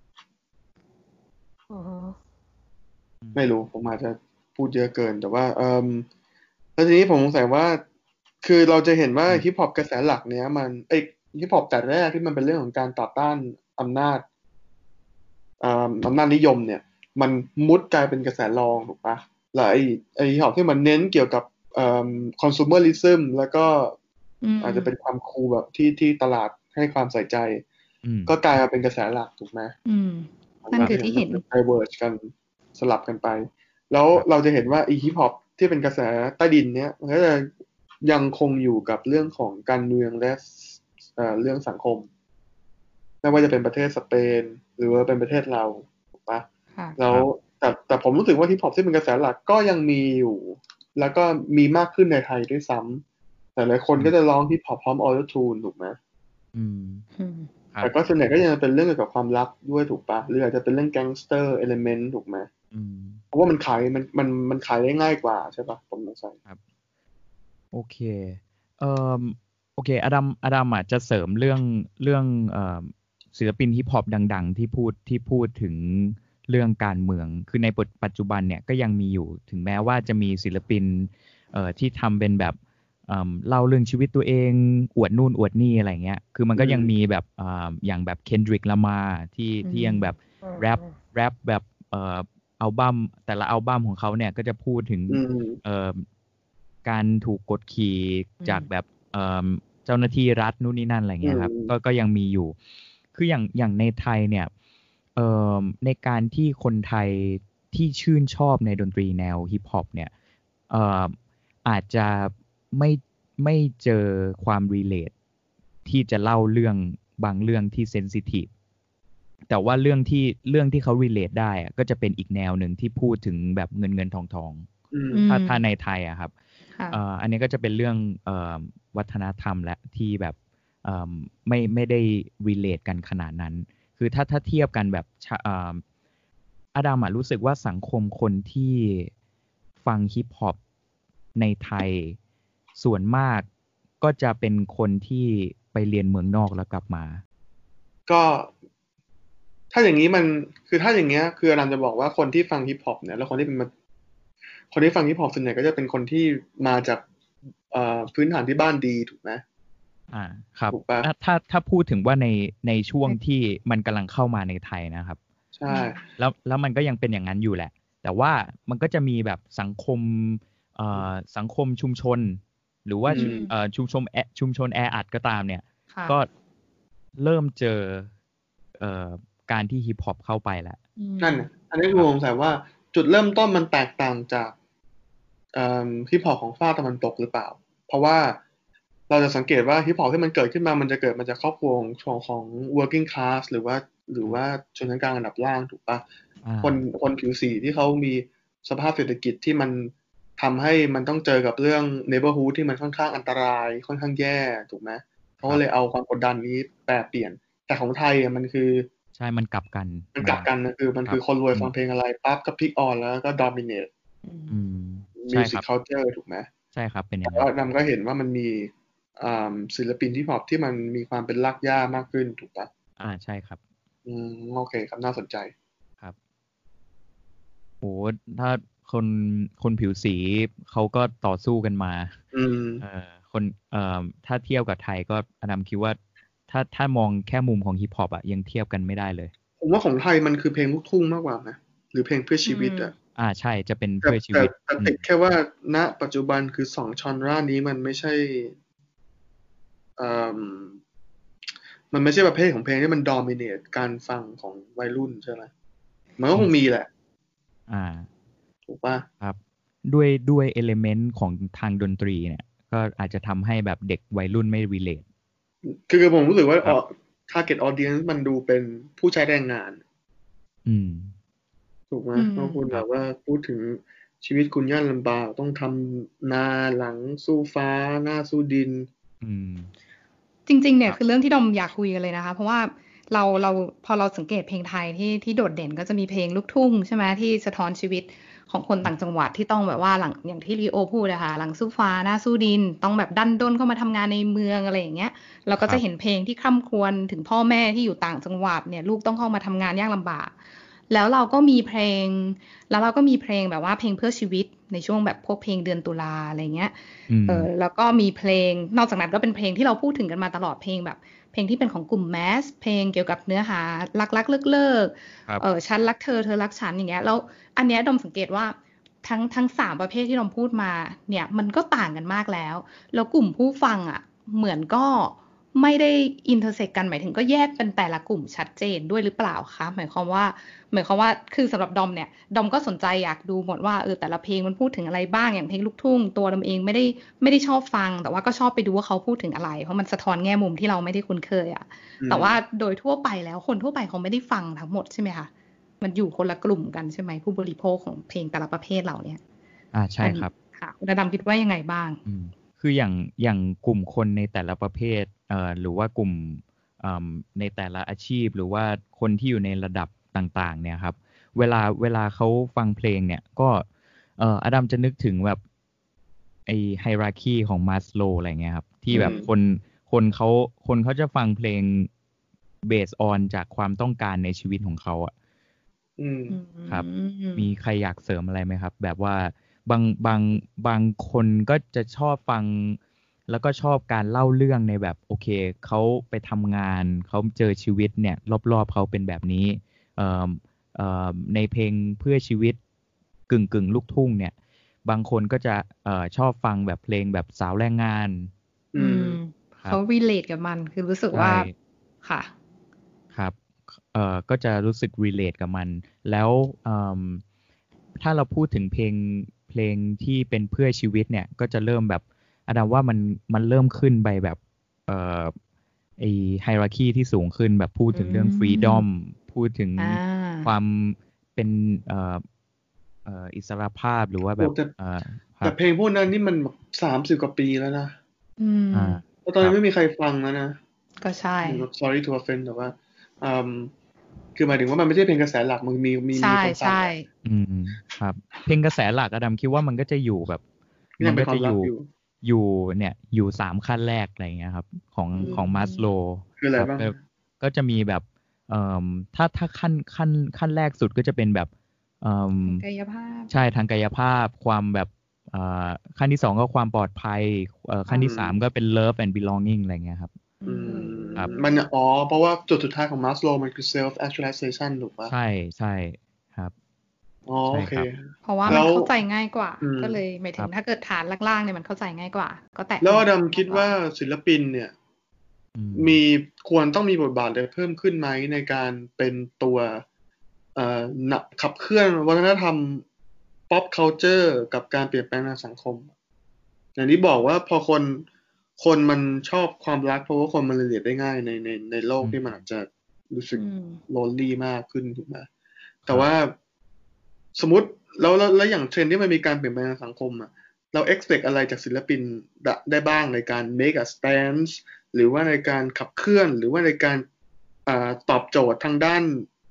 ไม่รู้ผมอาจจะพูดเยอะเกินแต่ว่าแล้วทีนี้ผมสงสัยว่าคือเราจะเห็นว่าฮิปฮอปกระแสหลักเนี้ยมันฮิปฮอปแต่แรกที่มันเป็นเรื่องของการต่อต้านอำนาจนิยมเนี่ยมันมุดกลายเป็นกระแสรองถูกปะแล้วไอ้ฮิปฮอปที่มันเน้นเกี่ยวกับconsumerism แล้วก็อาจจะเป็นความคูลแบบที่ตลาดให้ความใส่ใจก็กลายมาเป็นกระแสหลักถูกไหมนั่นคือที่เห็น diverge กันสลับกันไปแล้วเราจะเห็นว่าฮิปฮอปที่เป็นกระแสใต้ดินเนี้ยมันก็จะยังคงอยู่กับเรื่องของการเมืองและเรื่องสังคมไม่ว่าจะเป็นประเทศสเปนหรือว่าเป็นประเทศเราถูกปะค่ะแล้วแต่ผมรู้สึกว่าฮิปฮอปที่เป็นกระแสหลักก็ยังมีอยู่ แล้วก็มีมากขึ้นในไทยด้วยซ้ำแต่หลายคนก็จะร้องฮิปฮอปพร้อมออโต้ทูนถูกไหมอืมแต่ก็ส่วนใหญ่ก็ยังเป็นเรื่องเกี่ยวกับความลับด้วยถูกปะหรืออาจจะเป็นเรื่องแก๊งสเตอร์เอลิเมนต์ถูกไหมเพราะว่ามันขายมันขายได้ง่ายกว่าใช่ปะผมสงสัยครับโอเคโอเคอดัมจะเสริมเรื่องศิลปินฮิปฮอปดังๆที่พูดถึงเรื่องการเมืองคือในปัจจุบันเนี่ยก็ยังมีอยู่ถึงแม้ว่าจะมีศิลปินที่ทำเป็นแบบเล่าเรื่องชีวิตตัวเองอวดนู่นอวดนี่อะไรเงี้ยคือมันก็ยังมีแบบอย่างแบบ Kendrick Lamar ที่ยังแบบแรปแบบอัลบั้มแต่ละอัลบั้มของเขาเนี่ยก็จะพูดถึงการถูกกดขี่จากแบบเจ้าหน้าที่รัฐนู่นนี่นั่นอะไรเงี้ยครับก็ยังมีอยู่คืออย่างในไทยเนี่ยในการที่คนไทยที่ชื่นชอบในดนตรีแนวฮิปฮอปเนี่ยอาจจะไม่เจอความรีเลทที่จะเล่าเรื่องบางเรื่องที่เซนซิทีฟแต่ว่าเรื่องที่เขารีเลทได้ก็จะเป็นอีกแนวหนึ่งที่พูดถึงแบบเงินทองถ้าในไทยอะครับอันนี้ก็จะเป็นเรื่องวัฒนธรรมและที่แบบไม่ได้รีเลทกันขนาดนั้นคือถ้าเทียบกันแบบอดัมรู้สึกว่าสังคมคนที่ฟังฮิปฮอปในไทยส่วนมากก็จะเป็นคนที่ไปเรียนเมืองนอกแล้วกลับมาก็ถ้าอย่างนี้มันคือถ้าอย่างเงี้ยคืออดัมจะบอกว่าคนที่ฟังฮิปฮอปเนี่ยแล้วคนที่ฟังฮิปฮอปส่วนใหญ่ก็จะเป็นคนที่มาจากพื้นฐานที่บ้านดีถูกไหมครับถ้าพูดถึงว่าในช่วงที่มันกำลังเข้ามาในไทยนะครับใช่แล้วมันก็ยังเป็นอย่างนั้นอยู่แหละแต่ว่ามันก็จะมีแบบสังคมชุมชนหรือว่าชุมชนแออัดก็ตามเนี่ยก็เริ่มเจอการที่ฮิปฮอปเข้าไปแล้วนั่นอันนี้คือผมสงสัยว่าจุดเริ่มต้นมันแตกต่างจากฮิปฮอปของฝั่งตะวันตกหรือเปล่าเพราะว่าเราจะสังเกตว่าฮิปฮอปที่มันเกิดขึ้นมามันจะเกิดมาจากครอบครัวของ working class หรือว่าชนชั้นกลางอันดับล่างถูกปะคนผิวสีที่เขามีสภาพเศรษฐกิจที่มันทำให้มันต้องเจอกับเรื่อง neighborhood ที่มันค่อนข้างอันตรายค่อนข้างแย่ถูกไหมเขาเลยเอาความกดดันนี้แปรเปลี่ยนแต่ของไทยมันคือใช่มันกลับกันนะคือมันคือคนรวยฟังเพลงอะไรปั๊บก็พิกออนแล้วก็ dominate music culture ถูกไหมใช่ครับเป็นอย่างนั้นแล้วนำก็เห็นว่ามันมีศิลปินที่ฮิปฮอปที่มันมีความเป็นรากหญ้ามากขึ้นถูกปะใช่ครับโอเคครับน่าสนใจครับโหถ้าคนผิวสีเขาก็ต่อสู้กันมาคนถ้าเทียบกับไทยก็อดัมคิดว่าถ้ามองแค่มุมของฮิปฮอปยังเทียบกันไม่ได้เลยผมว่าของไทยมันคือเพลงลูกทุ่งมากกว่านะหรือเพลงเพื่อชีวิตใช่จะเป็นเพื่อชีวิตแต่ติดแค่ว่าณปัจจุบันคือ2ชอนรานี้มันไม่ใช่มันไม่ใช่ประเภทของเพลงที่มันดอมิเนตการฟังของวัยรุ่นใช่ไหมมันก็คงมีแหละถูกป่ะครับด้วยเอลิเมนต์ของทางดนตรีเนี่ยก็อาจจะทำให้แบบเด็กวัยรุ่นไม่รีเลทคือผมรู้สึกว่าtarget audience มันดูเป็นผู้ใช้แรงงานถูกไหมเพราะคุณแบบว่าพูดถึงชีวิตคุณยากลำบากต้องทำนาหลังสู้ฟ้าหน้าสู้ดินจริงๆเนี่ยคือเรื่องที่ดอมอยากคุยกันเลยนะคะเพราะว่าเราพอเราสังเกตเพลงไทยที่โดดเด่นก็จะมีเพลงลูกทุ่งใช่ไหมที่สะท้อนชีวิตของคนต่างจังหวัดที่ต้องแบบว่าหลังอย่างที่ลีโอพูดนะคะหลังสู้ฟ้าหน้าสู้ดินต้องแบบดันด้นเข้ามาทำงานในเมืองอะไรอย่างเงี้ยเราก็จะเห็นเพลงที่คร่ำครวญถึงพ่อแม่ที่อยู่ต่างจังหวัดเนี่ยลูกต้องเข้ามาทำงานยากลำบากแล้วเราก็มีเพลงแบบว่าเพลงเพื่อชีวิตในช่วงแบบพวกเพลงเดือนตุลาอะไรเงี้ยแล้วก็มีเพลงนอกจากนั้นก็เป็นเพลงที่เราพูดถึงกันมาตลอดเพลงแบบเพลงที่เป็นของกลุ่มแมสเพลงเกี่ยวกับเนื้อหารักเลิกฉันรักเธอเธอรักฉันอย่างเงี้ยแล้วอันเนี้ยดมสังเกตว่าทั้ง3ประเภทที่ดมพูดมาเนี่ยมันก็ต่างกันมากแล้วกลุ่มผู้ฟังอ่ะเหมือนก็ไม่ได้อินเตอร์เซกกันหมายถึงก็แยกเป็นแต่ละกลุ่มชัดเจนด้วยหรือเปล่าคะหมายความว่าคือสำหรับดอมเนี่ยดอมก็สนใจอยากดูหมดว่าแต่ละเพลงมันพูดถึงอะไรบ้างอย่างเพลงลูกทุ่งตัวดอมเองไม่ได้ชอบฟังแต่ว่าก็ชอบไปดูว่าเขาพูดถึงอะไรเพราะมันสะท้อนแง่มุมที่เราไม่ได้คุ้นเคยอ่ะแต่ว่าโดยทั่วไปแล้วคนทั่วไปเขาไม่ได้ฟังทั้งหมดใช่ไหมคะมันอยู่คนละกลุ่มกันใช่ไหมผู้บริโภคของเพลงแต่ละประเภทเหล่านี้ใช่ครับค่ะคุณดำคิดว่ายังไงบ้างคืออย่างกลุ่มคนในแต่ละประเภทหรือว่ากลุ่มในแต่ละอาชีพหรือว่าคนที่อยู่ในระดับต่างๆเนี่ยครับเวลาเขาฟังเพลงเนี่ยก็อดัมจะนึกถึงแบบไอ้ไฮราคีของมาสโลว์อะไรเงี้ยครับที่แบบคนเขาจะฟังเพลงเบสออนจากความต้องการในชีวิตของเขาอ่ะครับมีใครอยากเสริมอะไรไหมครับแบบว่าบางคนก็จะชอบฟังแล้วก็ชอบการเล่าเรื่องในแบบโอเคเขาไปทำงานเขาเจอชีวิตเนี่ยรอบๆเขาเป็นแบบนี้ในเพลงเพื่อชีวิตกึ่งลูกทุ่งเนี่ยบางคนก็จะชอบฟังแบบเพลงแบบสาวแรงงานเขารีเลทกับมันคือรู้สึกว่าค่ะครับก็จะรู้สึกรีเลทกับมันแล้วถ้าเราพูดถึงเพลงที่เป็นเพื่อชีวิตเนี่ยก็จะเริ่มแบบอดัมว่ามันเริ่มขึ้นไปแบบไอ้ไฮราคีที่สูงขึ้นแบบพูดถึงเรื่องฟรีดอมพูดถึงความเป็นอิสรภาพหรือว่าแบบแต่เพลงพวกนั้นนี่มัน30 กว่าปีแล้วนะแล้วตอนนี้ไม่มีใครฟังแล้วนะก็ใช่ sorry to offend แต่ว่าคือหมายถึงว่ามันไม่ใช่เพลงกระแสหลักมันมีคนฟังครับเพลงกระแสหลักอดัมคิดว่ามันก็จะอยู่แบบมันก็จะอยู่3ขั้นแรกอะไรเงี้ยครับของมาสโลว์คืออะไรบ้างก็จะมีแบบถ้าขั้นแรกสุดก็จะเป็นแบบกายภาพใช่ทางกายภาพความแบบขั้นที่2ก็ความปลอดภัยขั้นที่3ก็เป็น love and belonging อะไรเงี้ยครับมันเพราะว่าจุดสุดท้ายของมาสโลว์มันคือ self actualization ถูกปะใช่ครับโอเคเพราะว่ามันเข้าใจง่ายกว่าก็เลยหมายถึงถ้าเกิดฐานล่างๆเนี่ยมันเข้าใจง่ายกว่าก็แตะแล้วอดัมคิดว่าศิลปินเนี่ยควรต้องมีบทบาทอะไรเพิ่มขึ้นไหมในการเป็นตัวขับเคลื่อนวัฒนธรรม pop culture กับการเปลี่ยนแปลงทางสังคมอย่างที่บอกว่าพอคนมันชอบความรักเพราะว่าคนมันเรียนได้ง่ายในโลกที่มันอาจจะรู้สึกโลนลี่มากขึ้นถูกไหมแต่ว่าสมมติแล้วอย่างเทรนด์ที่มันมีการเปลี่ยนแปลงทางสังคมอ่ะเรา expect อะไรจากศิลปินได้บ้างในการ make a stance หรือว่าในการขับเคลื่อนหรือว่าในการตอบโจทย์ทางด้าน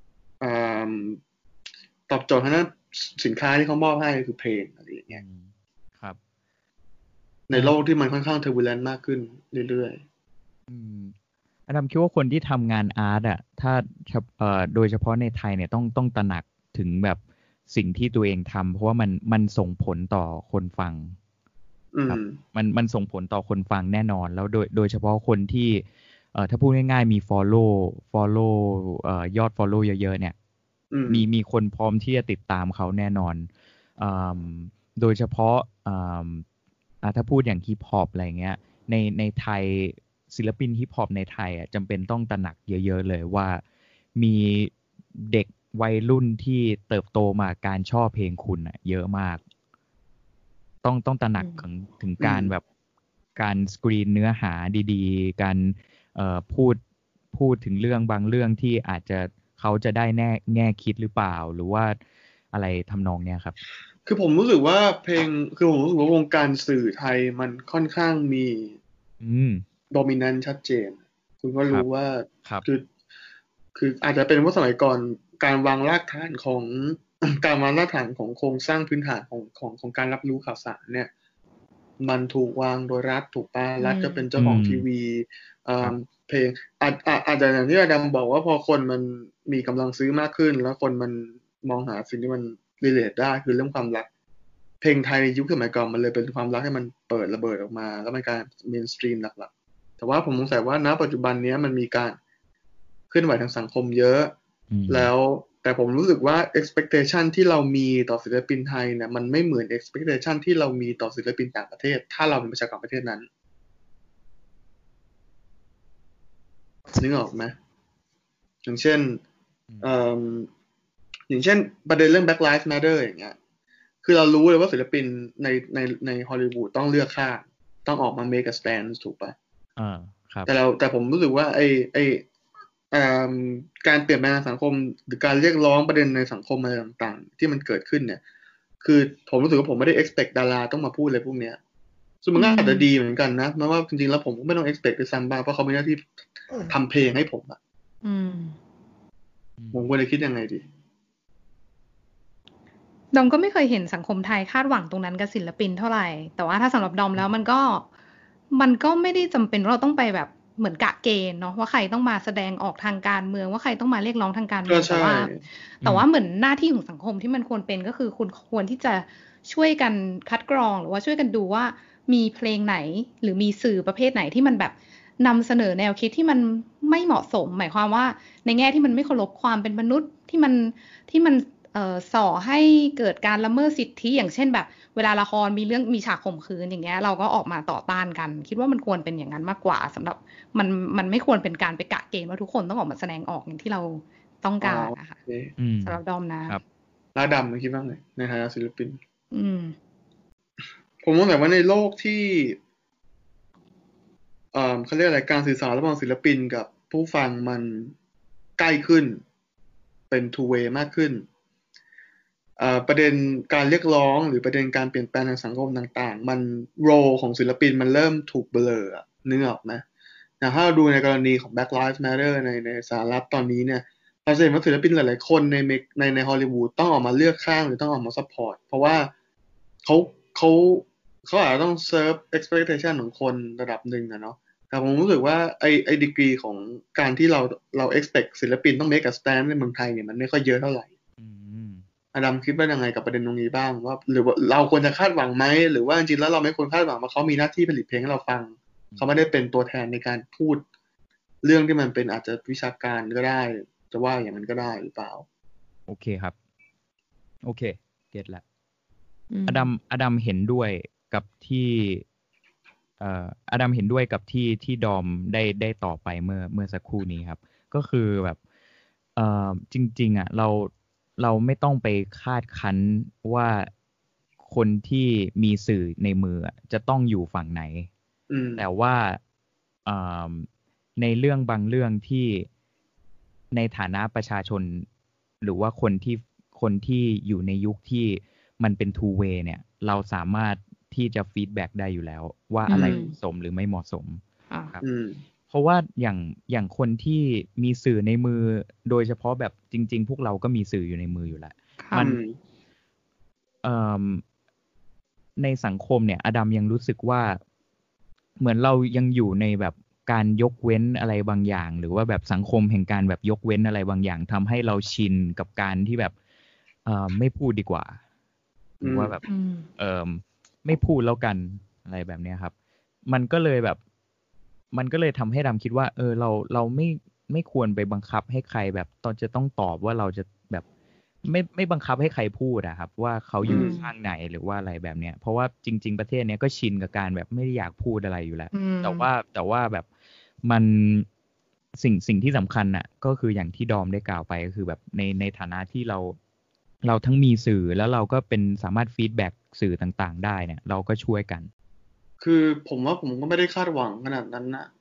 ตอบโจทย์ทางด้านสินค้าที่เขามอบให้คือเพลงอะไรอย่างเงี้ยครับในโลกที่มันค่อนข้างเทอร์บูเลนต์มากขึ้นเรื่อยๆอดัมคิดว่าคนที่ทำงานอาร์ตอ่ะถ้าโดยเฉพาะในไทยเนี่ยต้องตระหนักถึงแบบสิ่งที่ตัวเองทำเพราะว่ามันส่งผลต่อคนฟังครับมันส่งผลต่อคนฟังแน่นอนแล้วโดยเฉพาะคนที่ถ้าพูดง่ายๆมี follow ยอด follow เยอะๆเนี่ยมีคนพร้อมที่จะติดตามเขาแน่นอนโดยเฉพาะถ้าพูดอย่างฮิปฮอปอะไรเงี้ยในไทยศิลปินฮิปฮอปในไทยจำเป็นต้องตระหนักเยอะๆเลยว่ามีเด็กวัยรุ่นที่เติบโตมาการชอบเพลงคุณเยอะมากต้องตระหนักถึงการแบบการสกรีนเนื้อหาดีๆการพูดถึงเรื่องบางเรื่องที่อาจจะเขาจะได้แง่คิดหรือเปล่าหรือว่าอะไรทำนองเนี้ยครับคือผมรู้สึกว่าผมรู้สึกว่าวงการสื่อไทยมันค่อนข้างมีโดมินันต์ชัดเจนคุณก็รู้ว่าคืออาจจะเป็นว่าสมัยก่อนการวางรากฐานของโครงสร้างพื้นฐานของการรับรู้ข่าวสารเนี่ยมันถูกวางโดยรัฐถูกป่ะรัฐก็เป็นเจ้าของทีวีเพลงอาจจะอย่างที่อาดัมบอกว่าพอคนมันมีกำลังซื้อมากขึ้นแล้วคนมันมองหาสิ่งที่มันรีเลทได้คือเรื่องความรักเพลงไทยในยุคสมัยก่อนมันเลยเป็นความรักให้มันเปิดระเบิดออกมาแล้วมันกลายเป็นเมนสตรีมหลักๆแต่ว่าผมสงสัยว่าณปัจจุบันนี้มันมีการเคลื่อนไหวทางสังคมเยอะแล้วแต่ผมรู้สึกว่า expectation ที่เรามีต่อศิลปินไทยเนี่ยมันไม่เหมือน expectation ที่เรามีต่อศิลปินต่างประเทศถ้าเราเป็นประชากรประเทศนั้นนึกออกไหมอย่างเช่นอืมอย่างเช่นประเด็นเรื่อง Black Lives Matter อย่างเงี้ยคือเรารู้เลยว่าศิลปินในฮอลลีวูดต้องเลือกข้างต้องออกมา make a stand ถูกปะครับแต่ผมรู้สึกว่าไอเอ่มการเปลี่ยนแปลงทางสังคมหรือการเรียกร้องประเด็นในสังคมอะไรต่างๆ ที่มันเกิดขึ้นเนี่ย คือผมรู้สึกว่าผมไม่ได้ expect ดาราต้องมาพูดอะไรพวกเนี้ยซึ่งมันก็อาจจะดีเหมือนกันนะเพราะว่าจริงๆแล้วผมก็ไม่ต้อง expect ด้วยซ้ำบ้างเพราะเขามีหน้าที่ทำเพลงให้ผมอะอืมผมควรจะคิดยังไงดีดอมก็ไม่เคยเห็นสังคมไทยคาดหวังตรงนั้นกับศิลปินเท่าไหร่ แต่ว่าถ้าสำหรับดอมแล้วมันก็ไม่ได้จำเป็นว่าเราต้องไปแบบเหมือนกะเกณฑ์เนาะว่าใครต้องมาแสดงออกทางการเมืองว่าใครต้องมาเรียกร้องทางการเมืก็องใช่แต่ว่าเหมือนหน้าที่ของสังคมที่มันควรเป็นก็คือคุณควรที่จะช่วยกันคัดกรองหรือว่าช่วยกันดูว่ามีเพลงไหนหรือมีสื่อประเภทไหนที่มันแบบนำเสนอแนวคิดที่มันไม่เหมาะสม หมายความว่าในแง่ที่มันไม่เคารพความเป็นมนุษย์ที่มันส่อให้เกิดการละเมิดสิทธิอย่างเช่นแบบเวลาละครมีฉากข่มขืนอย่างเงี้ยเราก็ออกมาต่อต้านกันคิดว่ามันควรเป็นอย่างนั้นมากกว่าสำหรับมันไม่ควรเป็นการไปกะเกณฑ์ว่าทุกคนต้องออกมาแสดงออกอย่างที่เราต้องการนะคะโอเคสำหรับดอมนะครับลาดำคิดว่าไงในฐานะศิลปินอืมผมมองแบบว่าในโลกที่เขาเรียกอะไรการสื่อสารระหว่างศิลปินกับผู้ฟังมันใกล้ขึ้นเป็น two way มากขึ้นประเด็นการเรียกร้องหรือประเด็นการเปลี่ยนแปลงทางสังคมต่างๆมันโรของศิลปินมันเริ่มถูกเบลอนึกออกไหมอย่างถ้าเราดูในกรณีของ Black Lives Matter ในสหรัฐตอนนี้เนี่ยเราจะเห็นว่าศิลปินหลายๆคนในฮอลลีวูดต้องออกมาเลือกข้างหรือต้องออกมาซัพพอร์ตเพราะว่าเขาเขาเขาอาจจะต้องเซิร์ฟ expectation ของคนระดับหนึ่งเนาะแต่ผมรู้สึกว่าไอดีกรีของการที่เรา expect ศิลปินต้อง make a stand ในเมืองไทยเนี่ยมันไม่ค่อยเยอะเท่าไหร่อดัมคิดว่ายังไงกับประเด็นตรงนี้บ้างว่าหรือว่าเราควรจะคาดหวังไหมหรือว่าจริงๆแล้วเราไม่ควรคาดหวังว่าเขามีหน้าที่ผลิตเพลงให้เราฟังเขาไม่ได้เป็นตัวแทนในการพูดเรื่องที่มันเป็นอาจจะวิชาการก็ได้จะว่าอย่างนั้นก็ได้หรือเปล่าโอเคครับโอเคเก็ตละอดัมเห็นด้วยกับที่อดัมเห็นด้วยกับที่ดอมได้ต่อไปเมื่อสักครู่นี้ครับก็คือแบบจริงๆเราไม่ต้องไปคาดคั้นว่าคนที่มีสื่อในมือจะต้องอยู่ฝั่งไหนแต่ว่าในเรื่องบางเรื่องที่ในฐานะประชาชนหรือว่าคนที่อยู่ในยุคที่มันเป็น two way เนี่ยเราสามารถที่จะฟีดแบ็กได้อยู่แล้วว่าอะไรเหมาะสมหรือไม่เหมาะสมครับเพราะว่าอย่างคนที่มีสื่อในมือโดยเฉพาะแบบจริงๆพวกเราก็มีสื่ออยู่ในมืออยู่แล้วมันในสังคมเนี่ยอดัมยังรู้สึกว่าเหมือนเรายังอยู่ในแบบการยกเว้นอะไรบางอย่างหรือว่าแบบสังคมแห่งการแบบยกเว้นอะไรบางอย่างทำให้เราชินกับการที่แบบไม่พูดดีกว่าหรือว่าแบบไม่พูดแล้วกันอะไรแบบนี้ครับมันก็เลยทำให้ดำคิดว่าเราไม่ควรไปบังคับให้ใครแบบจะต้องตอบว่าเราจะแบบไม่บังคับให้ใครพูดอะครับว่าเขาอยู่ข้างไหนหรือว่าอะไรแบบเนี้ยเพราะว่าจริงๆประเทศเนี้ยก็ชินกับการแบบไม่ได้อยากพูดอะไรอยู่แล้วแต่ว่าแบบมันสิ่งที่สำคัญน่ะก็คืออย่างที่ดอมได้กล่าวไปก็คือแบบในฐานะที่เราทั้งมีสื่อแล้วเราก็เป็นสามารถฟีดแบ็กสื่อต่างๆได้เนี่ยเราก็ช่วยกันคือผมว่าผมก็ไม่ได้คาดหวังขนาดนั้นนะ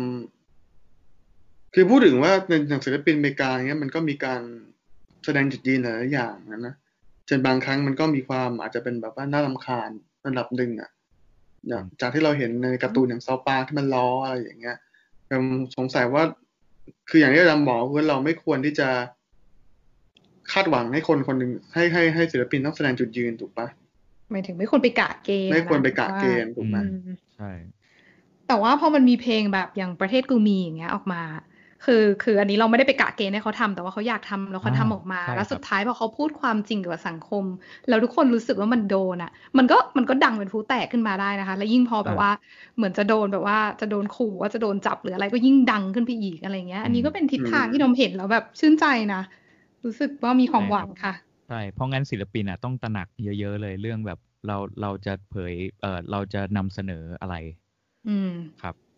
คือพูดถึงว่าในอย่างศิลปินอเมริกาเนี้ยมันก็มีการแสดงจุดยืนหลายอย่างนะจนบางครั้งมันก็มีความอาจจะเป็นแบบว่าน่ารำคาญระดับหนึ่งจากที่เราเห็นในการ์ตูนอย่างเซาท์ปาร์คที่มันล้ออะไรอย่างเงี้ยผมสงสัยว่าคืออย่างที่อาจารย์บอกว่าเราไม่ควรที่จะคาดหวังให้คนคนหนึ่งให้ศิลปินต้องแสดงจุดยืนถูกปะหมายถึงไม่ควรไปกะเกณฑ์ไม่ควรไปกะเกณฑ์ถูกไหมใช่แต่ว่าพอมันมีเพลงแบบอย่างประเทศกูมีอย่างเงี้ยออกมาคืออันนี้เราไม่ได้ไปกะเกณฑ์ให้เขาทำแต่ว่าเขาอยากทำแล้วเขาทำออกมาแล้วสุดท้ายพอเขาพูดความจริงกับสังคมแล้วทุกคนรู้สึกว่ามันโดนอ่ะมันก็ดังเป็นพลุแตกขึ้นมาได้นะคะแล้วยิ่งพอแบบว่าเหมือนจะโดนแบบว่าจะโดนขู่ว่าจะโดนจับหรืออะไรก็ยิ่งดังขึ้นไปอีกอะไรเงี้ยอันนี้ก็เป็นทิศทางที่เราเห็นแล้วแบบชื่นใจนะรู้สึกว่ามีความหวังค่ะใช่เพราะงั้นศิลปินอ่ะต้องตระหนักเยอะๆเลยเรื่องแบบเราจะเผยเราจะนำเสนออะไรครับเพ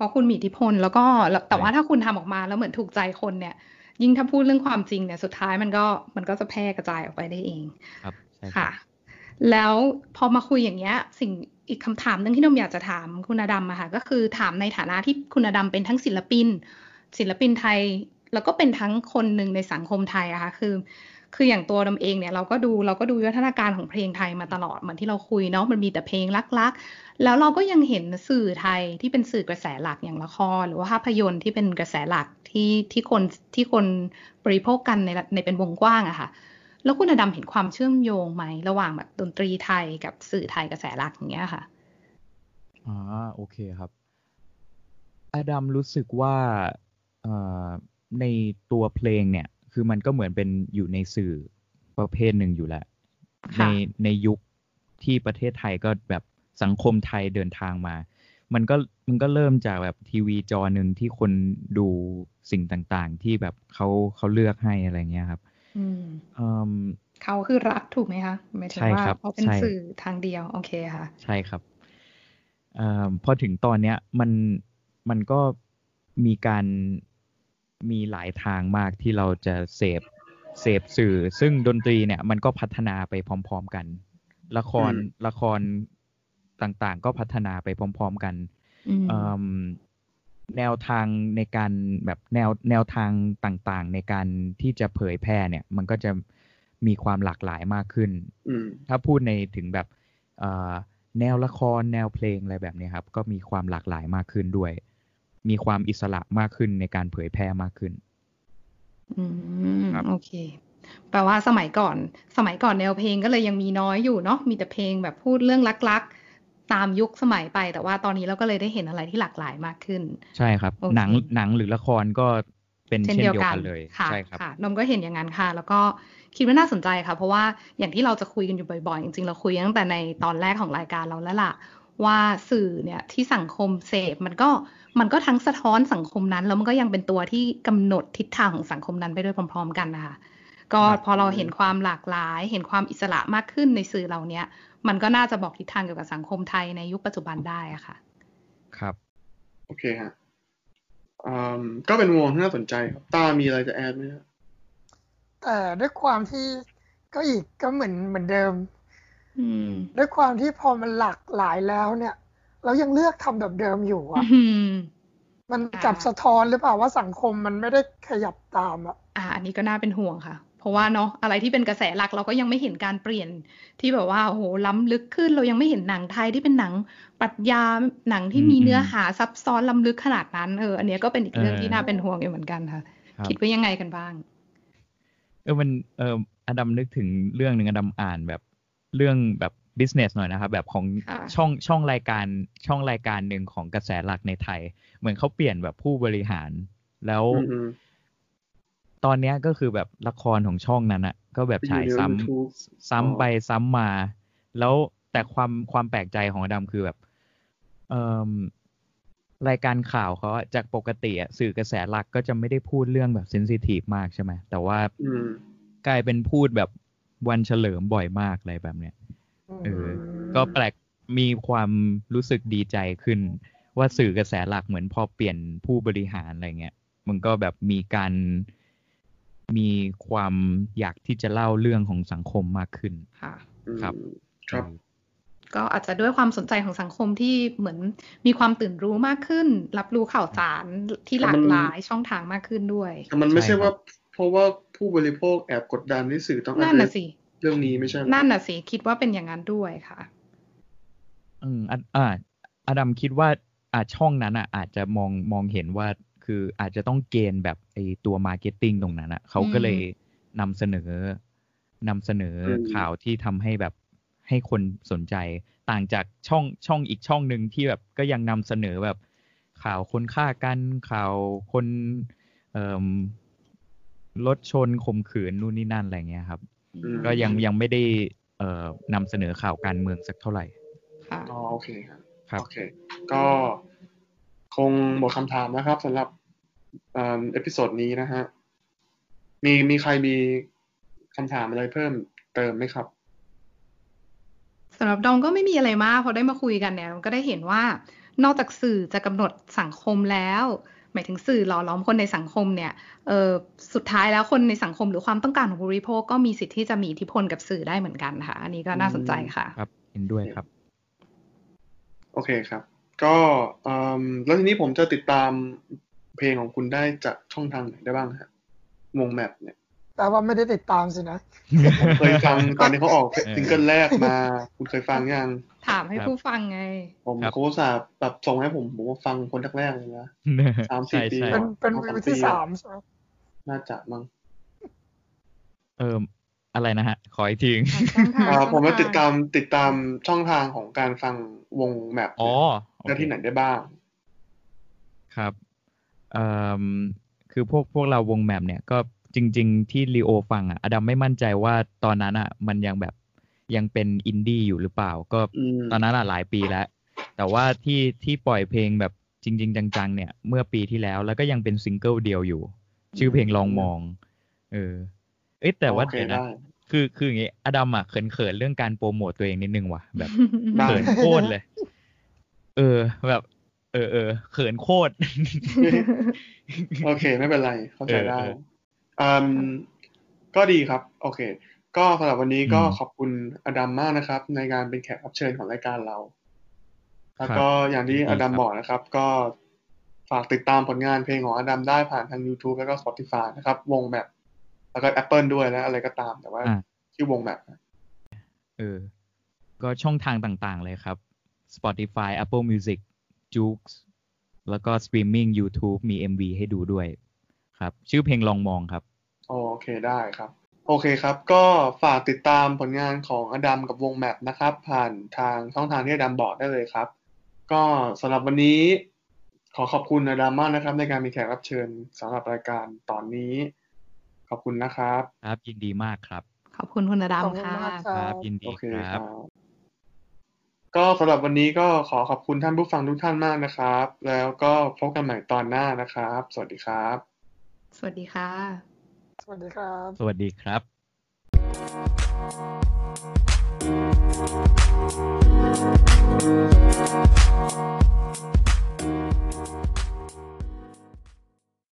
ราะคุณมีอิทธิพลแล้วก็แต่ว่าถ้าคุณทำออกมาแล้วเหมือนถูกใจคนเนี่ยยิ่งถ้าพูดเรื่องความจริงเนี่ยสุดท้ายมันก็จะแพร่กระจายออกไปได้เองครับใช่ครัค่ะบแล้วพอมาคุยอย่างเงี้ยสิ่งอีกคำถามนึงที่นมอยากจะถามคุณอดัมอะค่ะก็คือถามในฐานะที่คุณอดัมเป็นทั้งศิลปินไทยแล้วก็เป็นทั้งคนหนึ่งในสังคมไทยอะค่ะคืออย่างตัวดมเองเนี่ยเราก็ดูวิวัฒนาการของเพลงไทยมาตลอดเหมือนที่เราคุยเนาะมันมีแต่เพลงรักๆแล้วเราก็ยังเห็นสื่อไทยที่เป็นสื่อกระแสหลักอย่างละครหรือว่าภาพยนตร์ที่เป็นกระแสหลักที่คนบริโภคกันในเป็นวงกว้างอะค่ะแล้วคุณอดัมเห็นความเชื่อมโยงไหมระหว่างแบบดนตรีไทยกับสื่อไทยกระแสหลักอย่างเงี้ยค่ะโอเคครับอดัมรู้สึกว่าในตัวเพลงเนี่ยคือมันก็เหมือนเป็นอยู่ในสื่อประเภทหนึ่งอยู่แล้วในยุคที่ประเทศไทยก็แบบสังคมไทยเดินทางมามันก็เริ่มจากแบบทีวีจอหนึ่งที่คนดูสิ่งต่างๆที่แบบเขาเลือกให้อะไรเงี้ยครับเขาคือรักถูกไหมคะหมายถึงว่าเขาเป็นสื่อทางเดียวโอเคค่ะใช่ครับพอถึงตอนเนี้ยมันก็มีหลายทางมากที่เราจะเสพสื่อซึ่งดนตรีเนี่ยมันก็พัฒนาไปพร้อมๆกันละครต่างๆก็พัฒนาไปพร้อมๆกันแนวทางในการแบบแนวทางต่างๆในการที่จะเผยแพร่เนี่ยมันก็จะมีความหลากหลายมากขึ้นถ้าพูดในถึงแบบแนวละครแนวเพลงอะไรแบบนี้ครับก็มีความหลากหลายมากขึ้นด้วยมีความอิสระมากขึ้นในการเผยแพร่มากขึ้นโอเคแปลว่าสมัยก่อนแนวเพลงก็เลยยังมีน้อยอยู่เนาะมีแต่เพลงแบบพูดเรื่องรักๆตามยุคสมัยไปแต่ว่าตอนนี้เราก็เลยได้เห็นอะไรที่หลากหลายมากขึ้นใช่ครับหนังหรือละครก็เป็นเช่นเดียวกันเลยใช่ครับค่ะนมก็เห็นอย่างนั้นค่ะแล้วก็คิดว่าน่าสนใจค่ะเพราะว่าอย่างที่เราจะคุยกันอยู่บ่อยๆจริงๆเราคุยตั้งแต่ในตอนแรกของรายการเราแล้วล่ะว่าสื่อเนี่ยที่สังคมเสพมันก็ทั้งสะท้อนสังคมนั้นแล้วมันก็ยังเป็นตัวที่กำหนดทิศทางของสังคมนั้นไปด้วยพร้อมๆกันนะคะก็พอเราเห็นความหลากหลายเห็นความอิสระมากขึ้นในสื่อเราเนี้ยมันก็น่าจะบอกทิศทางเกี่ยวกับสังคมไทยในยุคปัจจุบันได้อะค่ะครับโอเคฮะก็เป็นวงที่น่าสนใจครับตามีอะไรจะแอดไหมครับแต่ด้วยความที่ก็เหมือนเดิมด้วยความที่พอมันหลากหลายแล้วเนี่ยเรายังเลือกทำแบบเดิมอยู่อ่ะมันกลับสะท้อนหรือเปล่าว่าสังคมมันไม่ได้ขยับตามอันนี้ก็น่าเป็นห่วงค่ะเพราะว่าเนาะอะไรที่เป็นกระแสหลักเราก็ยังไม่เห็นการเปลี่ยนที่แบบว่าโอ้โหล้ำลึกขึ้นเรายังไม่เห็นหนังไทยที่เป็นหนังปรัชญาหนังที่มีเนื้อหาซับซ้อนล้ำลึกขนาดนั้นอันนี้ก็เป็นอีกเรื่องที่น่าเป็นห่วงอยู่เหมือนกันค่ะคิดว่ายังไงกันบ้างมันอดัมนึกถึงเรื่องนึงอดัมอ่านแบบเรื่องแบบ business หน่อยนะครับแบบของช่องรายการหนึ่งของกระแสหลักในไทยเหมือนเขาเปลี่ยนแบบผู้บริหารแล้วตอนนี้ก็คือแบบละครของช่องนั้นอ่ะก็แบบฉายซ้ำไปซ้ำมาแล้วแต่ความแปลกใจของอดัมคือแบบรายการข่าวเขาจากปกติสื่อกระแสหลักก็จะไม่ได้พูดเรื่องแบบเซนซิทีฟมากใช่ไหมแต่ว่ากลายเป็นพูดแบบวันเฉลิมบ่อยมากอะไรแบบเนี้ยก็แปลกมีความรู้สึกดีใจขึ้นว่าสื่อกระแสหลักเหมือนพอเปลี่ยนผู้บริหารอะไรเงี้ยมันก็แบบมีความอยากที่จะเล่าเรื่องของสังคมมากขึ้นค่ะครับก็อาจจะด้วยความสนใจของสังคมที่เหมือนมีความตื่นรู้มากขึ้นรับรู้ข่าวสารที่หลากหลายช่องทางมากขึ้นด้วยแต่มันไม่ใช่ว่าเพราะว่าผู้บริโภคแอบกดดันให้สื่อต้องนั่นน่ะสิเรื่องนี้ไม่ใช่นั่นน่ะสิคิดว่าเป็นอย่างนั้นด้วยค่ะอดัมคิดว่าช่องนั้นอาจจะมองเห็นว่าคืออาจจะต้องเกณฑ์แบบไอตัวมาร์เก็ตติ้งตรงนั้นเขาก็เลยนำเสนอข่าวที่ทำให้แบบให้คนสนใจต่างจากช่องอีกช่องนึงที่แบบก็ยังนำเสนอแบบข่าวคนฆ่ากันข่าวคนรถชนข่มขืนนู่นนี่นั่นอะไรเงี้ยครับก็ยังไม่ได้นำเสนอข่าวการเมืองสักเท่าไหร่โอเคครับโอเคก็คงหมดคำถามนะครับสำหรับเอพิโซดนี้นะฮะมีใครมีคำถามอะไรเพิ่มเติมไหมครับสำหรับดองก็ไม่มีอะไรมากพอได้มาคุยกันเนี่ยก็ได้เห็นว่านอกจากสื่อจะกำหนดสังคมแล้วหมายถึงสื่อหล่อหลอมคนในสังคมเนี่ยสุดท้ายแล้วคนในสังคมหรือความต้องการของผู้บริโภคก็มีสิทธิ์ที่จะมีอิทธิพลกับสื่อได้เหมือนกันค่ะอันนี้ก็น่าสนใจค่ะครับเห็นด้วยครับโอเคครับก็แล้วทีนี้ผมจะติดตามเพลงของคุณได้จากช่องทางไหนได้บ้างครับวงแมปเนี่ยแต่ว่าไม่ได้ติดตามสินะผมเคยฟังตอนที่เขาออกซิงเกิลแรกมาคุณเคยฟังยังถามให้ผู้ฟังไงผมโค้ชแบบส่งให้ผมว่าฟังคนแรกๆเลยนะ3-4 ปีเป็นวิวที่3ใช่ไหมน่าจะมั้งอะไรนะฮะขออีกทีผมมาติดตามช่องทางของการฟังวงแมปได้ที่ไหนได้บ้างครับคือพวกเราวงแมปเนี่ยก็จริงๆที่ลีโอฟังอดัมไม่มั่นใจว่าตอนนั้นมันยังเป็นอินดี้อยู่หรือเปล่าก็ตอนนั้นหลายปีแล้วแต่ว่าที่ปล่อยเพลงแบบจริงๆจังๆเนี่ยเมื่อปีที่แล้วแล้วก็ยังเป็นซิงเกิลเดียวอยู่ชื่อเพลงลองมองแต่ว่าเดี๋ยวนะคืออย่างงี้อดัมเขินเรื่องการโปรโมทตัวเองนิดนึงว่ะแบบเขินโคตรเลยแบบเขินโคตรโอเคไม่เป็นไรเข้าใจได้ก็ดีครับโอเคก็สำหรับวันนี้ก็ขอบคุณอดัมมากนะครับในการเป็นแขกรับเชิญของรายการเราแล้วก็อย่างที่อดัมบอกนะครับก็ฝากติดตามผลงานเพลงของอดัมได้ผ่านทาง YouTube แล้วก็ Spotify นะครับวงแมปแล้วก็ Apple ด้วยและอะไรก็ตามแต่ว่าชื่อวงแมปก็ช่องทางต่างๆเลยครับ Spotify Apple Music Joox แล้วก็สตรีมมิ่ง YouTube มี MV ให้ดูด้วยครับชื่อเพลงลองมองครับโอเคได้ครับโอเคครับก็ฝากติดตามผลงานของอดัมกับวงแมปนะครับผ่านทางช่องทางที่อดัมบอกได้เลยครับก็สำหรับวันนี้ขอขอบคุณอดัมมากนะครับในการมีแขกรับเชิญสำหรับรายการตอนนี้ขอบคุณนะครับครับยินดีมากครับขอบคุณคุณอดัมค่ะครับยินดีครับก็สำหรับวันนี้ก็ขอขอบคุณท่านผู้ฟังทุกท่านมากนะครับแล้วก็พบกันใหม่ตอนหน้านะครับสวัสดีครับสวัสดีค่ะสวัสดีครับสวัสดีครับ